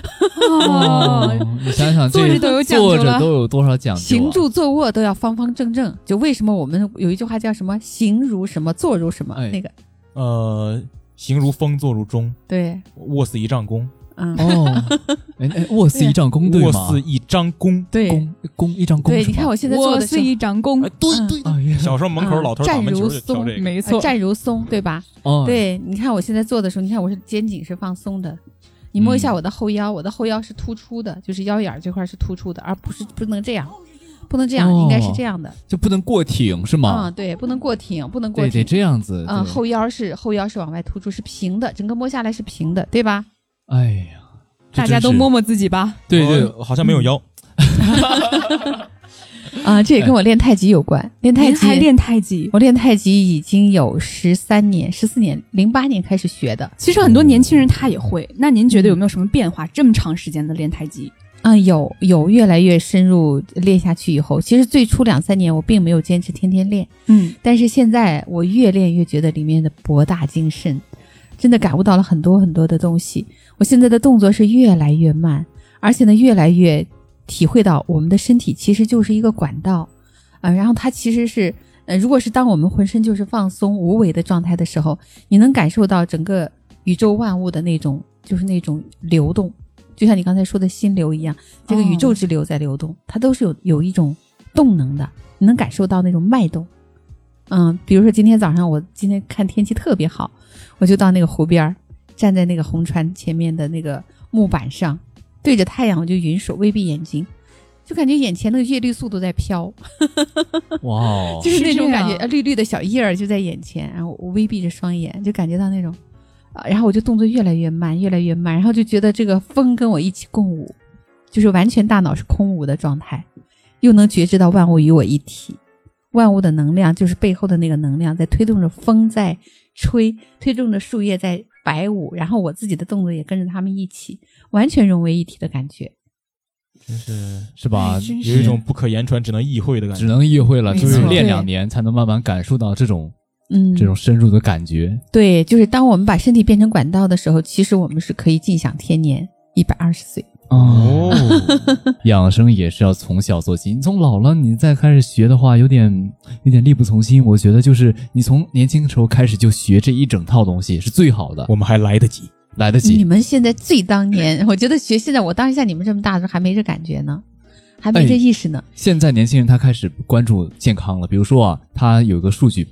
你想想， 坐着都有讲究了， 坐着都有多少讲究啊？ 行住坐卧都要方方正正。就为什么我们有一句话叫什么“行如什么，坐如什么”，那个行如风，坐如钟。 对， 卧似一丈弓。 卧似一丈弓，对吗？ 卧似一张弓， 对， 弓一张弓。 对，你看我现在坐的卧似一张弓， 对。小时候门口老头打门球就跳这个， 没错， 站如松，对吧？对，你看我现在坐的时候，你看我是肩颈是放松的。你摸一下我的后腰，我的后腰是突出的，就是腰眼这块是突出的，而不能这样，应该是这样的， 就不能过挺是吗？ 对，不能过挺， 对，得这样子。 后腰是往外突出，是平的，整个摸下来是平的，对吧？ 哎呀， 大家都摸摸自己吧。 对，好像没有腰。 这也跟我练太极有关。练太极，我练太极已经有14年，08年开始学的。 其实很多年轻人他也会。那您觉得有没有什么变化？这么长时间的练太极？ 有越来越深入练下去以后，其实最初2-3年我并没有坚持天天练，但是现在我越练越觉得里面的博大精深，真的感悟到了很多很多的东西。我现在的动作是越来越慢，而且呢越来越体会到我们的身体其实就是一个管道，然后它其实是如果是当我们浑身就是放松无为的状态的时候，你能感受到整个宇宙万物的那种就是那种流动，就像你刚才说的心流一样，这个宇宙之流在流动，它都是有一种动能的，你能感受到那种脉动。比如说今天早上我今天看天气特别好，我就到那个湖边站在那个红船前面的那个木板上，对着太阳我就匀手微闭眼睛，就感觉眼前那个叶绿素都在飘。 哇， 就是那种感觉，绿绿的小叶儿就在眼前，然后我微闭着双眼就感觉到那种然后我就动作越来越慢，然后就觉得这个风跟我一起共舞，就是完全大脑是空无的状态，又能觉知到万物与我一体，万物的能量就是背后的那个能量在推动着风在吹，推动着树叶在摆舞，然后我自己的动作也跟着他们一起，完全融为一体的感觉。 真是吧？ 有一种不可言传只能意会的感觉， 只能意会了，就是练2年才能慢慢感受到这种深入的感觉。 对，就是当我们把身体变成管道的时候，其实我们是可以尽享天年120岁。 养生也是要从小做起，你从老了你再开始学的话有点力不从心。我觉得就是你从年轻的时候开始就学这一整套东西是最好的， 我们还来得及。 你们现在最当年，我觉得学现在我当一下你们这么大的时候还没这感觉呢，还没这意识呢。 现在年轻人他开始关注健康了，比如说他有个数据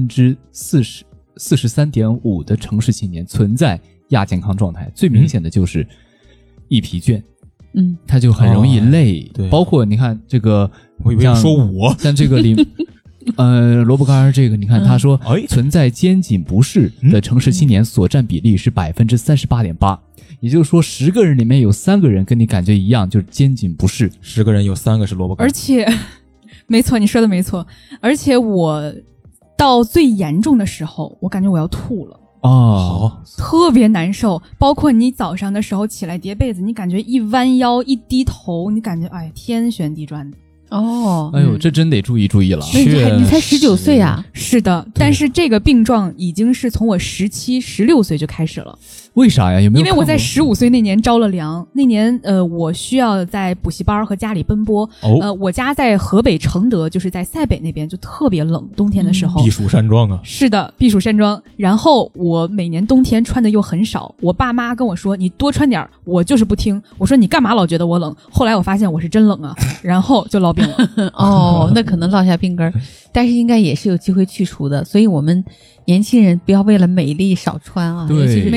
，43.5%的城市青年存在亚健康状态，最明显的就是易疲倦。他就很容易累， 对， 包括你看这个， 我以为要说我像这个里萝卜干这个，你看他说存在肩颈不适的城市青年所占比例是38.8%，也就是说10个人里面有3个人跟你感觉一样，就是肩颈不适 ，10个人有3个是萝卜干。 而且没错，你说的没错，而且我到最严重的时候，我感觉我要吐了。特别难受，包括你早上的时候起来叠被子，你感觉一弯腰一低头，你感觉天旋地转的。 哎呦，这真得注意了。 你才19岁啊？ 是的，但是这个病状已经是从我17、16岁就开始了。 为啥呀？有没有？ 因为我在15岁那年着了凉，那年我需要在补习班和家里奔波。我家在河北承德，就是在塞北那边，就特别冷，冬天的时候。 避暑山庄啊。 是的，避暑山庄。然后我每年冬天穿的又很少，我爸妈跟我说你多穿点，我就是不听。我说你干嘛老觉得我冷？后来我发现我是真冷啊，然后就落病了。 那可能落下病根，但是应该也是有机会去除的。所以我们年轻人不要为了美丽少穿啊， 对， 没错。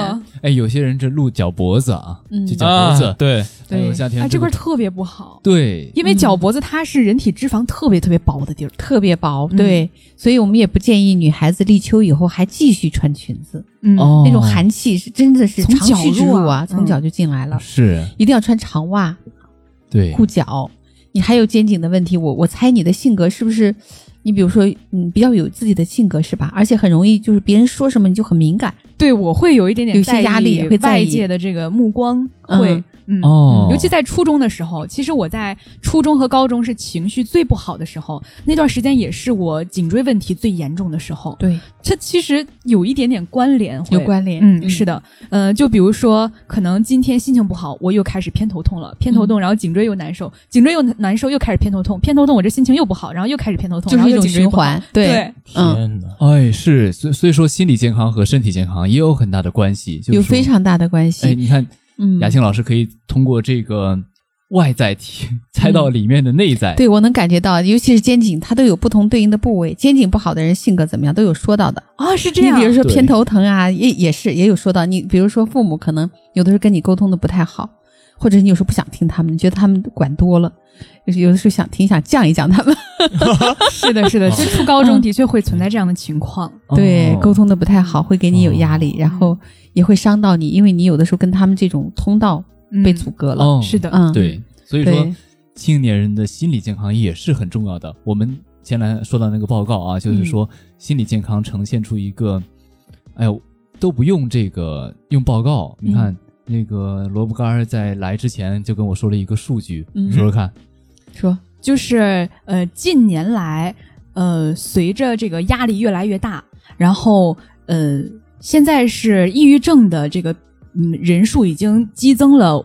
感。 哎，有些人这露脚脖子啊，就脚脖子， 对对， 夏天这块特别不好。 对， 因为脚脖子它是人体脂肪特别特别薄的地儿， 特别薄。对，所以我们也不建议女孩子立秋以后还继续穿裙子。那种寒气是真的是长驱直入啊，从脚就进来了。 是， 一定要穿长袜， 对， 护脚。你还有肩颈的问题，我猜你的性格是不是？你比如说，比较有自己的性格是吧？而且很容易就是别人说什么你就很敏感。 对，我会有一点点有些压力，会外界的这个目光会。尤其在初中的时候，其实我在初中和高中是情绪最不好的时候，那段时间也是我颈椎问题最严重的时候。 对， 这其实有一点点关联， 有关联。 是的，就比如说，可能今天心情不好，我又开始偏头痛了，偏头痛，然后颈椎又难受，颈椎又难受，又开始偏头痛，偏头痛，我这心情又不好，然后又开始偏头痛， 就是一种循环。对， 天哪， 哎，是，所以说心理健康和身体健康也有很大的关系， 有非常大的关系。 哎，你看。雅青老师可以通过这个外在题猜到里面的内在。 对，我能感觉到，尤其是肩颈，它都有不同对应的部位。肩颈不好的人性格怎么样都有说到的啊，是这样。 你比如说偏头疼啊，也有说到。你比如说父母可能有的时候跟你沟通的不太好，或者你有时候不想听他们，你觉得他们管多了，有的时候想降一降他们。 是的，就初高中的确会存在这样的情况。 对，沟通的不太好，会给你有压力，然后也会伤到你，因为你有的时候跟他们这种通道被阻隔了。 是的， 对，所以说青年人的心理健康也是很重要的。我们前来说到那个报告啊，就是说心理健康呈现出一个，哎呦，都不用用报告。你看那个萝卜干在来之前就跟我说了一个数据，你说说看。 说就是近年来随着这个压力越来越大，然后现在是抑郁症的这个人数已经激增了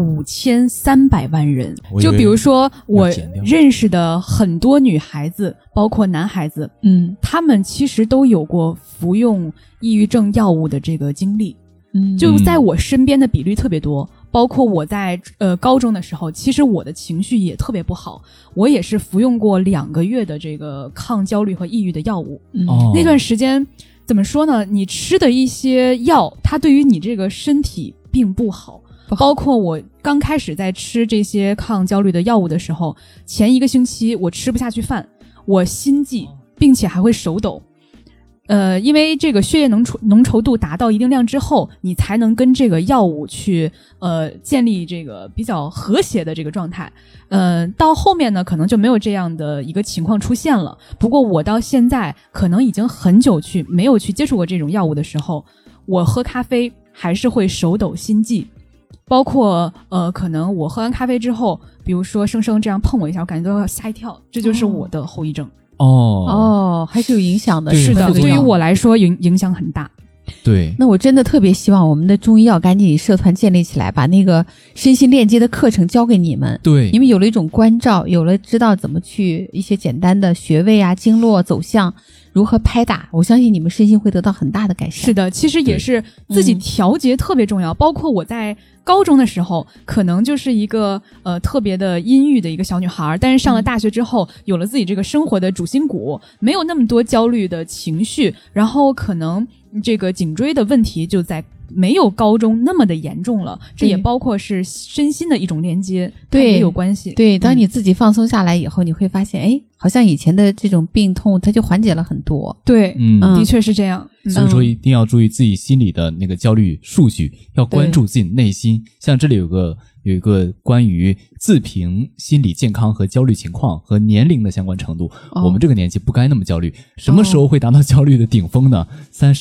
5300万人。就比如说我认识的很多女孩子包括男孩子，他们其实都有过服用抑郁症药物的这个经历。就在我身边的比率特别多，包括我在高中的时候，其实我的情绪也特别不好，我也是服用过2个月的这个抗焦虑和抑郁的药物。那段时间怎么说呢，你吃的一些药它对于你这个身体并不好，包括我刚开始在吃这些抗焦虑的药物的时候，前1个星期我吃不下去饭，我心悸，并且还会手抖。因为这个血液浓稠度达到一定量之后，你才能跟这个药物去建立这个比较和谐的这个状态。到后面呢，可能就没有这样的一个情况出现了。不过我到现在可能已经很久没有去接触过这种药物的时候，我喝咖啡还是会手抖心悸，包括可能我喝完咖啡之后，比如说生生这样碰我一下，我感觉都要吓一跳，这就是我的后遗症。 还是有影响的。 是的，对于我来说影响很大。 对， 那我真的特别希望我们的中医药赶紧社团建立起来，把那个身心链接的课程教给你们。 对， 你们有了一种关照，有了知道怎么去一些简单的穴位啊、经络走向如何拍打，我相信你们身心会得到很大的改善。 是的，其实也是自己调节特别重要。包括我在高中的时候，可能就是一个特别的阴郁的一个小女孩，但是上了大学之后，有了自己这个生活的主心骨，没有那么多焦虑的情绪，然后可能这个颈椎的问题就在没有高中那么的严重了。这也包括是身心的一种连接， 对， 也有关系。 对，当你自己放松下来以后，你会发现，哎，好像以前的这种病痛它就缓解了很多。 对，的确是这样。 所以说一定要注意自己心里的那个焦虑数据，要关注自己内心。像这里有一个关于自评心理健康和焦虑情况和年龄的相关程度。我们这个年纪不该那么焦虑。什么时候会达到焦虑的顶峰呢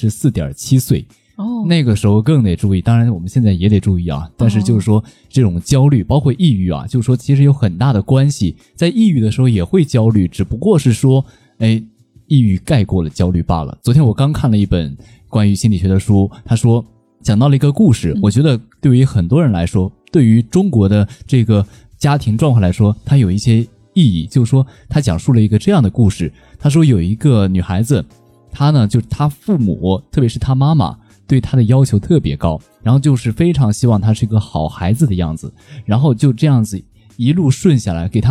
？34.7岁。那个时候更得注意，当然我们现在也得注意啊。但是就是说这种焦虑包括抑郁啊，就是说其实有很大的关系。在抑郁的时候也会焦虑，只不过是说抑郁盖过了焦虑罢了。昨天我刚看了一本关于心理学的书，他说讲到了一个故事，我觉得对于很多人来说，对于中国的这个家庭状况来说，它有一些意义。就是说他讲述了一个这样的故事，他说有一个女孩子，她呢就是她父母特别是她妈妈对她的要求特别高，然后就是非常希望她是一个好孩子的样子，然后就这样子一路顺下来，给她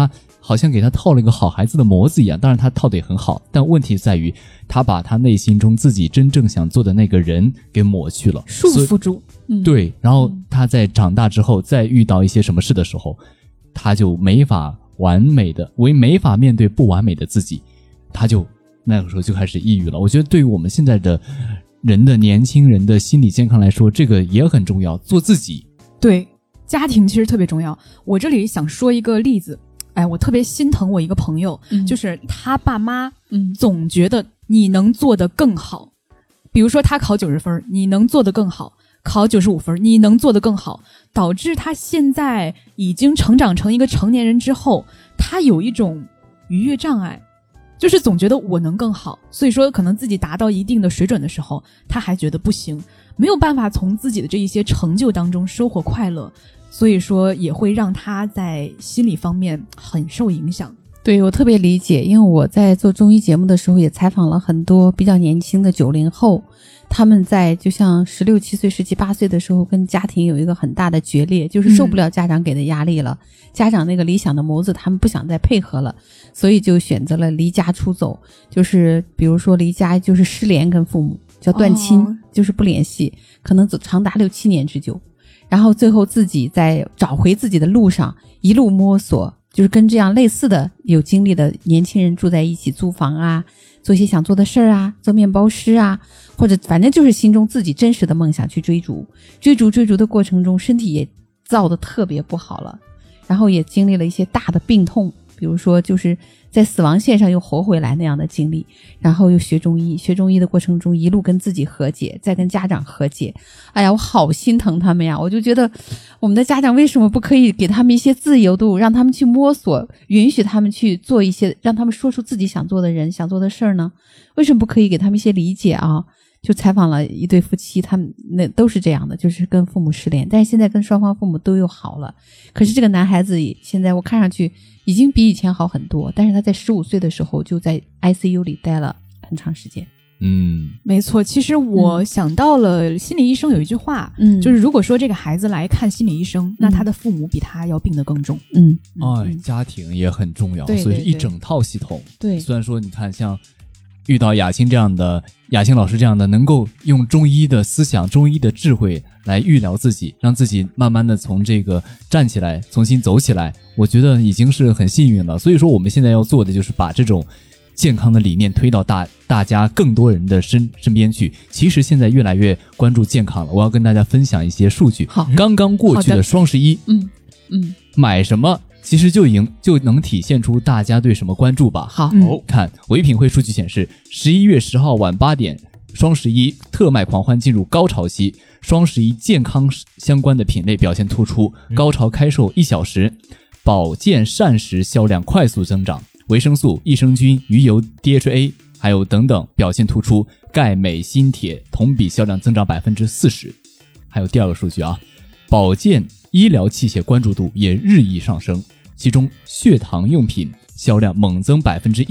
好像给他套了一个好孩子的模子一样。当然他套的也很好，但问题在于他把他内心中自己真正想做的那个人给抹去了， 束缚住。 对，然后他在长大之后再遇到一些什么事的时候，他就没法面对不完美的自己，他就那个时候就开始抑郁了。我觉得对于我们现在的年轻人的心理健康来说，这个也很重要，做自己。 对，家庭其实特别重要。我这里想说一个例子，我特别心疼我一个朋友，就是他爸妈总觉得你能做得更好，比如说他考90分，你能做得更好，考95分，你能做得更好，导致他现在已经成长成一个成年人之后，他有一种逾越障碍，就是总觉得我能更好，所以说可能自己达到一定的水准的时候，他还觉得不行，没有办法从自己的这一些成就当中收获快乐，所以说也会让他在心理方面很受影响。 对，我特别理解，因为我在做综艺节目的时候也采访了很多比较年轻的90后，他们在就像16、17岁、17、18岁的时候跟家庭有一个很大的决裂，就是受不了家长给的压力了，家长那个理想的模子他们不想再配合了，所以就选择了离家出走，就是比如说离家就是失联，跟父母叫断亲，就是不联系，可能长达6、7年之久，然后最后自己在找回自己的路上一路摸索，就是跟这样类似的有经历的年轻人住在一起，租房啊，做一些想做的事儿啊，做面包师啊，或者反正就是心中自己真实的梦想去追逐的过程中，身体也造得特别不好了，然后也经历了一些大的病痛，比如说就是在死亡线上又活回来那样的经历，然后又学中医的过程中一路跟自己和解，再跟家长和解。哎呀，我好心疼他们呀，我就觉得我们的家长为什么不可以给他们一些自由度，让他们去摸索，允许他们去做一些，让他们说出自己想做的人想做的事儿呢？为什么不可以给他们一些理解啊？就采访了一对夫妻，他们那都是这样的，就是跟父母失联，但是现在跟双方父母都又好了。可是这个男孩子现在我看上去已经比以前好很多，但是他在15岁的时候就在 ICU 里待了很长时间。 没错，其实我想到了心理医生有一句话，就是如果说这个孩子来看心理医生，那他的父母比他要病得更重。 家庭也很重要， 对， 所以是一整套系统。 对， 虽然说你看像遇到雅青老师这样的能够用中医的思想中医的智慧来预疗自己，让自己慢慢的从这个站起来重新走起来，我觉得已经是很幸运了。所以说我们现在要做的就是把这种健康的理念推到大家更多人的身边去。其实现在越来越关注健康了，我要跟大家分享一些数据。 好， 刚刚过去的双11，买什么其实就能体现出大家对什么关注吧。 好， 看唯品会数据显示，11月10号晚8点，双11特卖狂欢进入高潮期，双11健康相关的品类表现突出，高潮开售1小时，保健膳食销量快速增长，维生素、益生菌、鱼油、DHA 还有等等表现突出，钙、镁、锌、铁同比销量增长40%。还有第二个数据啊，保健医疗器械关注度也日益上升，其中血糖用品销量猛增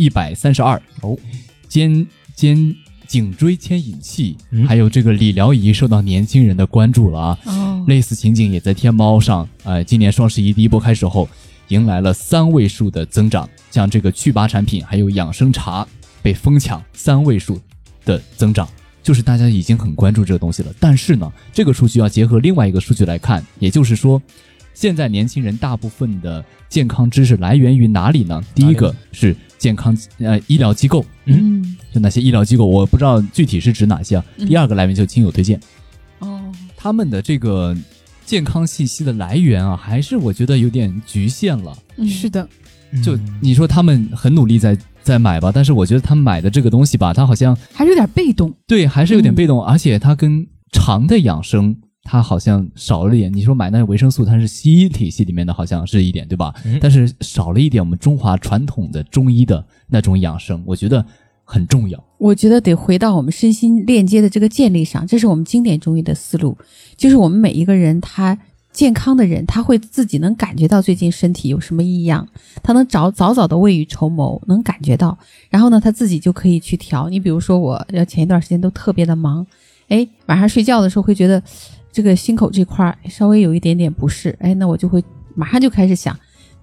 132%。颈椎牵引器还有这个理疗仪受到年轻人的关注了啊。类似情景也在天猫上，今年双11第一波开始后迎来了3位数的增长，像这个祛疤产品还有养生茶被疯抢3位数的增长，就是大家已经很关注这个东西了。但是呢，这个数据要结合另外一个数据来看，也就是说现在年轻人大部分的健康知识来源于哪里呢？第一个是健康医疗机构，就那些医疗机构，我不知道具体是指哪些啊。第二个来源就是亲友推荐，他们的这个健康信息的来源啊，还是我觉得有点局限了。 是的， 就你说他们很努力在买吧，但是我觉得他们买的这个东西吧，他好像还是有点被动。 对，还是有点被动，而且他跟肠的养生它好像少了一点。你说买那个维生素，它是西医体系里面的，好像是一点，对吧？但是少了一点我们中华传统的中医的那种养生，我觉得很重要。 我觉得得回到我们身心链接的这个建立上，这是我们经典中医的思路，就是我们每一个人他健康的人，他会自己能感觉到最近身体有什么异样，他能早早的未雨绸缪，能感觉到，然后呢他自己就可以去调。你比如说我前一段时间都特别的忙，晚上睡觉的时候会觉得这个心口这块稍微有一点点不适，那我就会马上就开始想，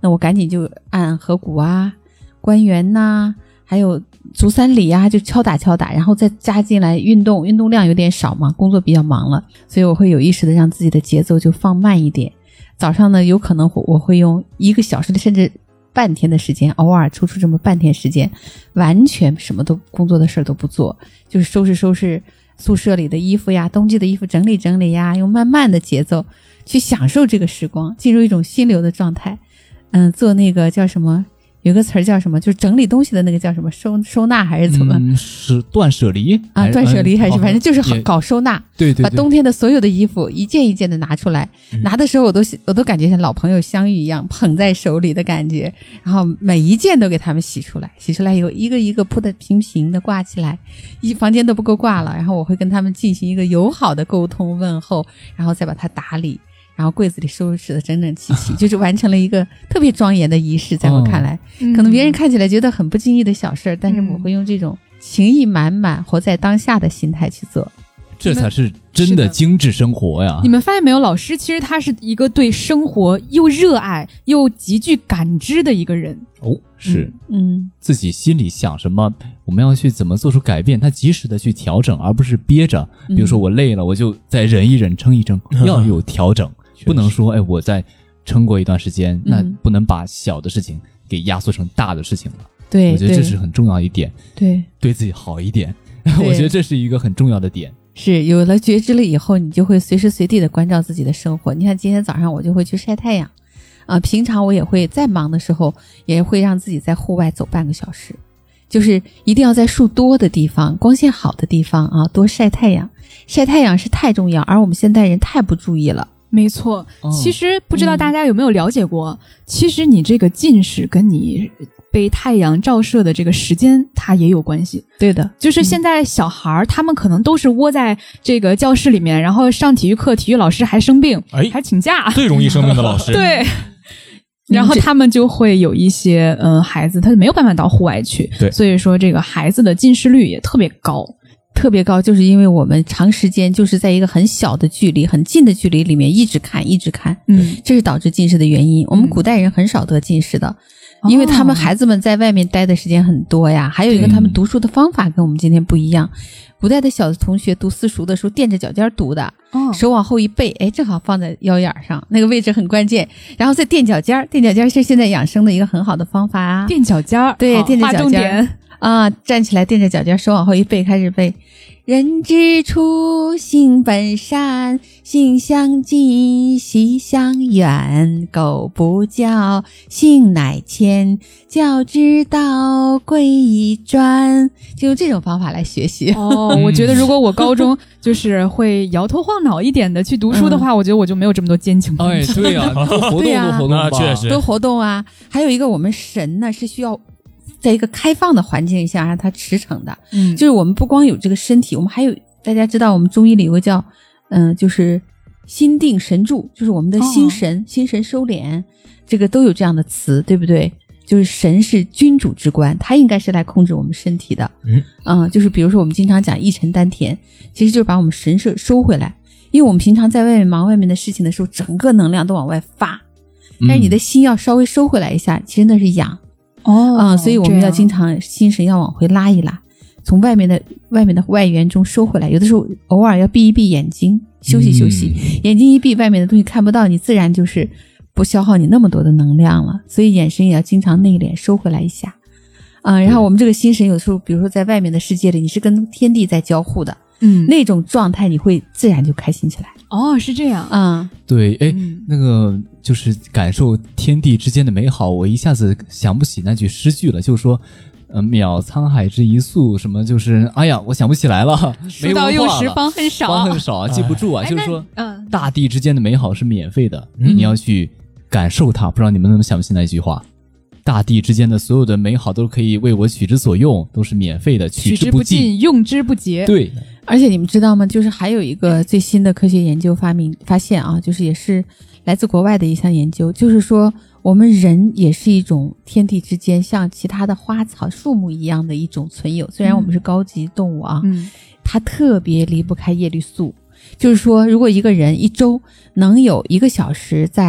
那我赶紧就按合谷啊、关元呐，还有足三里啊，就敲打，然后再加进来运动量有点少嘛，工作比较忙了，所以我会有意识的让自己的节奏就放慢一点。早上呢，有可能我会用1个小时的甚至半天的时间，偶尔抽出这么半天时间，完全什么都工作的事都不做，就是收拾宿舍里的衣服呀，冬季的衣服整理呀，用慢慢的节奏去享受这个时光，进入一种心流的状态。做那个叫什么，有个词儿叫什么，就是整理东西的那个叫什么，收纳还是怎么？ 是断舍离啊，断舍离还是反正就是搞收纳。 对， 把冬天的所有的衣服一件一件的拿出来，拿的时候我都感觉像老朋友相遇一样，捧在手里的感觉，然后每一件都给他们洗出来以后一个一个铺的平平的挂起来，房间都不够挂了，然后我会跟他们进行一个友好的沟通问候，然后再把它打理，然后柜子里收拾的整整齐齐，就是完成了一个特别庄严的仪式。在我看来，可能别人看起来觉得很不经意的小事，但是我会用这种情意满满、活在当下的心态去做。 这才是真的精致生活呀！ 你们发现没有，老师其实他是一个对生活又热爱又极具感知的一个人。 是，自己心里想什么，我们要去怎么做出改变，他及时的去调整，而不是憋着。比如说我累了，我就再忍一忍，撑一撑，要有调整，不能说我再撑过一段时间，那不能把小的事情给压缩成大的事情了。 对， 我觉得这是很重要一点。对自己好一点，我觉得这是一个很重要的点。 是，有了觉知了以后，你就会随时随地的关照自己的生活。你看今天早上我就会去晒太阳平常我也会在忙的时候也会让自己在户外走半个小时，就是一定要在树多的地方、光线好的地方多晒太阳。晒太阳是太重要，而我们现代人太不注意了。 没错，其实不知道大家有没有了解过，其实你这个近视跟你被太阳照射的这个时间它也有关系。 对的， 就是现在小孩他们可能都是窝在这个教室里面，然后上体育课，体育老师还生病，还请假， 最容易生病的老师。 对。然后他们就会有一些孩子他没有办法到户外去， 对， 所以说这个孩子的近视率也特别高。 就是因为我们长时间就是在一个很小的距离、很近的距离里面一直看，这是导致近视的原因。我们古代人很少得近视的，因为他们孩子们在外面待的时间很多呀，还有一个他们读书的方法跟我们今天不一样。古代的小同学读私塾的时候垫着脚尖读的，手往后一背，正好放在腰眼上，那个位置很关键，然后再垫脚尖是现在养生的一个很好的方法啊。 垫脚尖， 对，垫着脚尖站起来垫着脚尖，手往后一背，开始背。人之初，性本善，性相近，习相远。苟不教，性乃迁。教之道，贵以专。就用这种方法来学习。 我觉得如果我高中就是会摇头晃脑一点的去读书的话，我觉得我就没有这么多奸情。 对啊，多活动吧， 确实多活动啊。还有一个，我们神呢是需要在一个开放的环境下让它驰骋的。就是我们不光有这个身体，我们还有，大家知道我们中医里有个叫就是心定神助，就是我们的心神收敛，这个都有这样的词，对不对？就是神是君主之官，他应该是来控制我们身体的。就是比如说我们经常讲一沉丹田，其实就是把我们神识收回来。因为我们平常在外面忙外面的事情的时候，整个能量都往外发，但是你的心要稍微收回来一下，其实那是养。所以我们要经常心神要往回拉一拉，从外面的外缘中收回来。有的时候偶尔要闭一闭眼睛，休息休息，眼睛一闭，外面的东西看不到，你自然就是不消耗你那么多的能量了。所以眼神也要经常内敛，收回来一下。然后我们这个心神有时候比如说在外面的世界里，你是跟天地在交互的，那种状态你会自然就开心起来。 是这样。 对，那个就是感受天地之间的美好，我一下子想不起那句诗句了，就是说渺沧海之一粟，什么就是我想不起来了， 书到用时方恨少， 记不住啊。就是说大地之间的美好是免费的，你要去感受它。不知道你们能想不起那句话，大地之间的所有的美好都可以为我取之所用，都是免费的，取之不尽， 用之不竭。 对， 而且你们知道吗，就是还有一个最新的科学研究发现就是也是来自国外的一项研究，就是说我们人也是一种天地之间像其他的花草树木一样的一种存有。虽然我们是高级动物它特别离不开叶绿素。就是说如果一个人一周能有1个小时在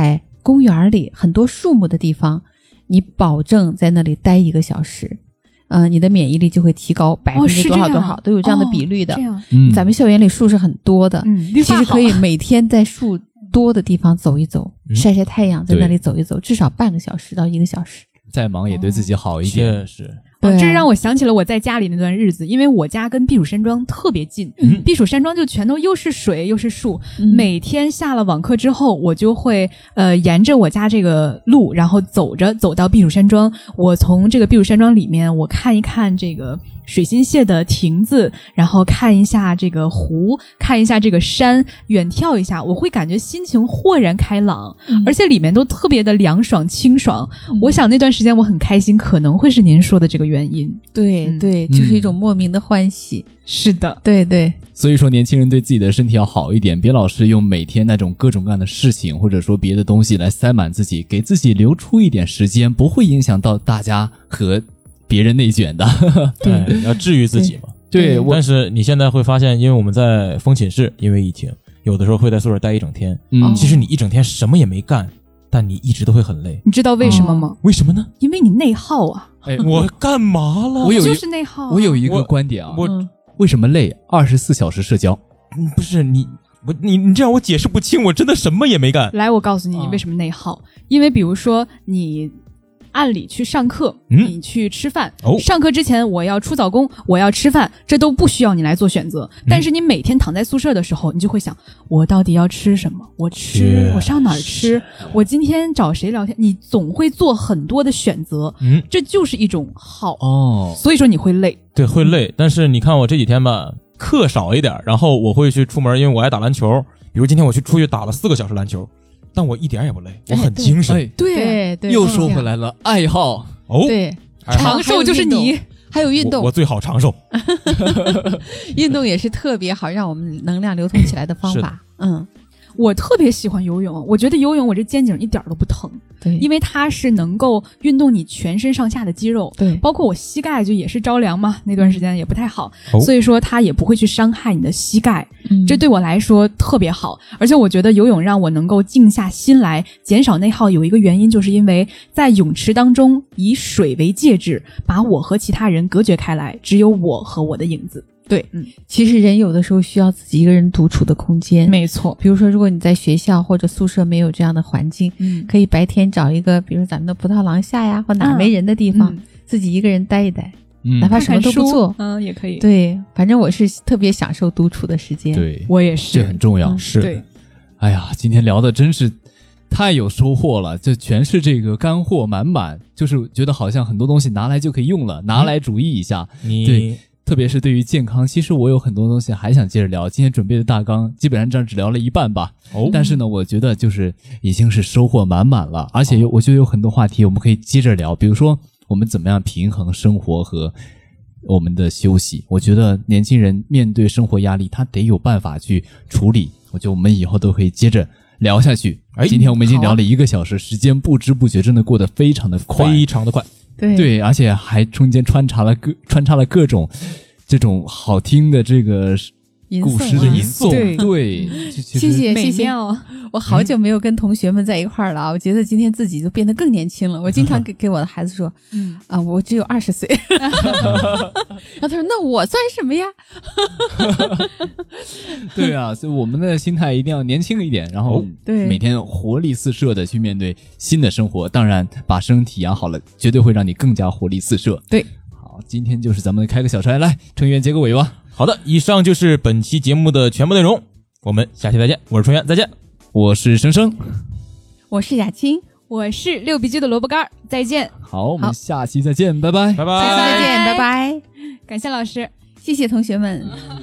公园里很多树木的地方，你保证在那里待1个小时，你的免疫力就会提高%多少多少，都有这样的比率的。咱们校园里树是很多的，其实可以每天在树多的地方走一走，晒晒太阳，在那里走一走，至少半个小时到1个小时。 再忙也对自己好一点。 是。 这让我想起了我在家里那段日子，因为我家跟避暑山庄特别近，避暑山庄就全都又是水又是树，每天下了网课之后，我就会沿着我家这个路，然后走到避暑山庄。我从这个避暑山庄里面，我看一看这个水心泻的亭子，然后看一下这个湖，看一下这个山，远眺一下，我会感觉心情豁然开朗，而且里面都特别的凉爽清爽。我想那段时间我很开心，可能会是您说的这个原因。 对对，就是一种莫名的欢喜。 是的， 对对。 所以说年轻人对自己的身体要好一点，别老是用每天那种各种各样的事情或者说别的东西来塞满自己，给自己留出一点时间，不会影响到大家和别人内卷的。 对，要治愈自己嘛。 对， 但是你现在会发现，因为我们在封寝室，因为疫情，有的时候会在宿舍待1整天。其实你1整天什么也没干，但你一直都会很累。 你知道为什么吗？ 为什么呢？ 因为你内耗啊。 我干嘛了？ 就是内耗。 我有一个观点啊，为什么累？24小时社交。 不是你这样我解释不清，我真的什么也没干。 来，我告诉你为什么内耗。因为比如说你按理去上课，你去吃饭，上课之前我要出早功，我要吃饭，这都不需要你来做选择。但是你每天躺在宿舍的时候，你就会想，我到底要吃什么？我上哪儿吃？我今天找谁聊天？你总会做很多的选择，这就是一种耗。所以说你会累。 对，会累。但是你看我这几天吧，课少一点，然后我会去出门，因为我爱打篮球。比如今天我出去打了4个小时篮球，但我一点也不累，我很精神。 对， 又说回来了，爱好。 对， 长寿就是你。 还有运动， 我最好长寿。 运动也是特别好让我们能量流通起来的方法。 我特别喜欢游泳，我觉得游泳我这肩颈一点都不疼。 对， 因为它是能够运动你全身上下的肌肉。 对， 包括我膝盖就也是着凉嘛，那段时间也不太好，所以说它也不会去伤害你的膝盖。这对我来说特别好。而且我觉得游泳让我能够静下心来，减少内耗，有一个原因就是因为在泳池当中以水为介质，把我和其他人隔绝开来，只有我和我的影子。对， 其实人有的时候需要自己一个人独处的空间。 没错， 比如说如果你在学校或者宿舍没有这样的环境，可以白天找一个比如咱们的葡萄廊下呀，或哪没人的地方，自己一个人待一待，哪怕什么都不做， 也可以。 对，反正我是特别享受独处的时间。 对， 我也是， 这很重要。 是， 对。 哎呀，今天聊的真是太有收获了，这全是这个干货满满，就是觉得好像很多东西拿来就可以用了，拿来主义一下。对。特别是对于健康，其实我有很多东西还想接着聊。今天准备的大纲基本上这样只聊了一半吧。但是呢，我觉得就是已经是收获满满了，而且我觉得有很多话题我们可以接着聊，比如说我们怎么样平衡生活和我们的休息。我觉得年轻人面对生活压力，他得有办法去处理。我觉得我们以后都可以接着聊下去。今天我们已经聊了1个小时，时间不知不觉真的过得非常的快， 非常的快。 对，而且还中间穿插了各种这种好听的这个古诗的吟诵。对， 谢谢美妙。 我好久没有跟同学们在一块儿了，我觉得今天自己就变得更年轻了。我经常给我的孩子说，我只有20岁。然后他说，那我算什么呀？ 对啊，所以我们的心态一定要年轻一点，然后每天活力四射的去面对新的生活。当然把身体养好了，绝对会让你更加活力四射。 对， 好，今天就是咱们开个小差，来成员结个尾吧。 好的，以上就是本期节目的全部内容，我们下期再见。我是成员，再见。 我是生生， 我是雅青， 我是6笔记的萝卜干，再见。 好，我们下期再见，拜拜， 拜拜， 下期再见，拜拜。 感谢老师， 谢谢同学们。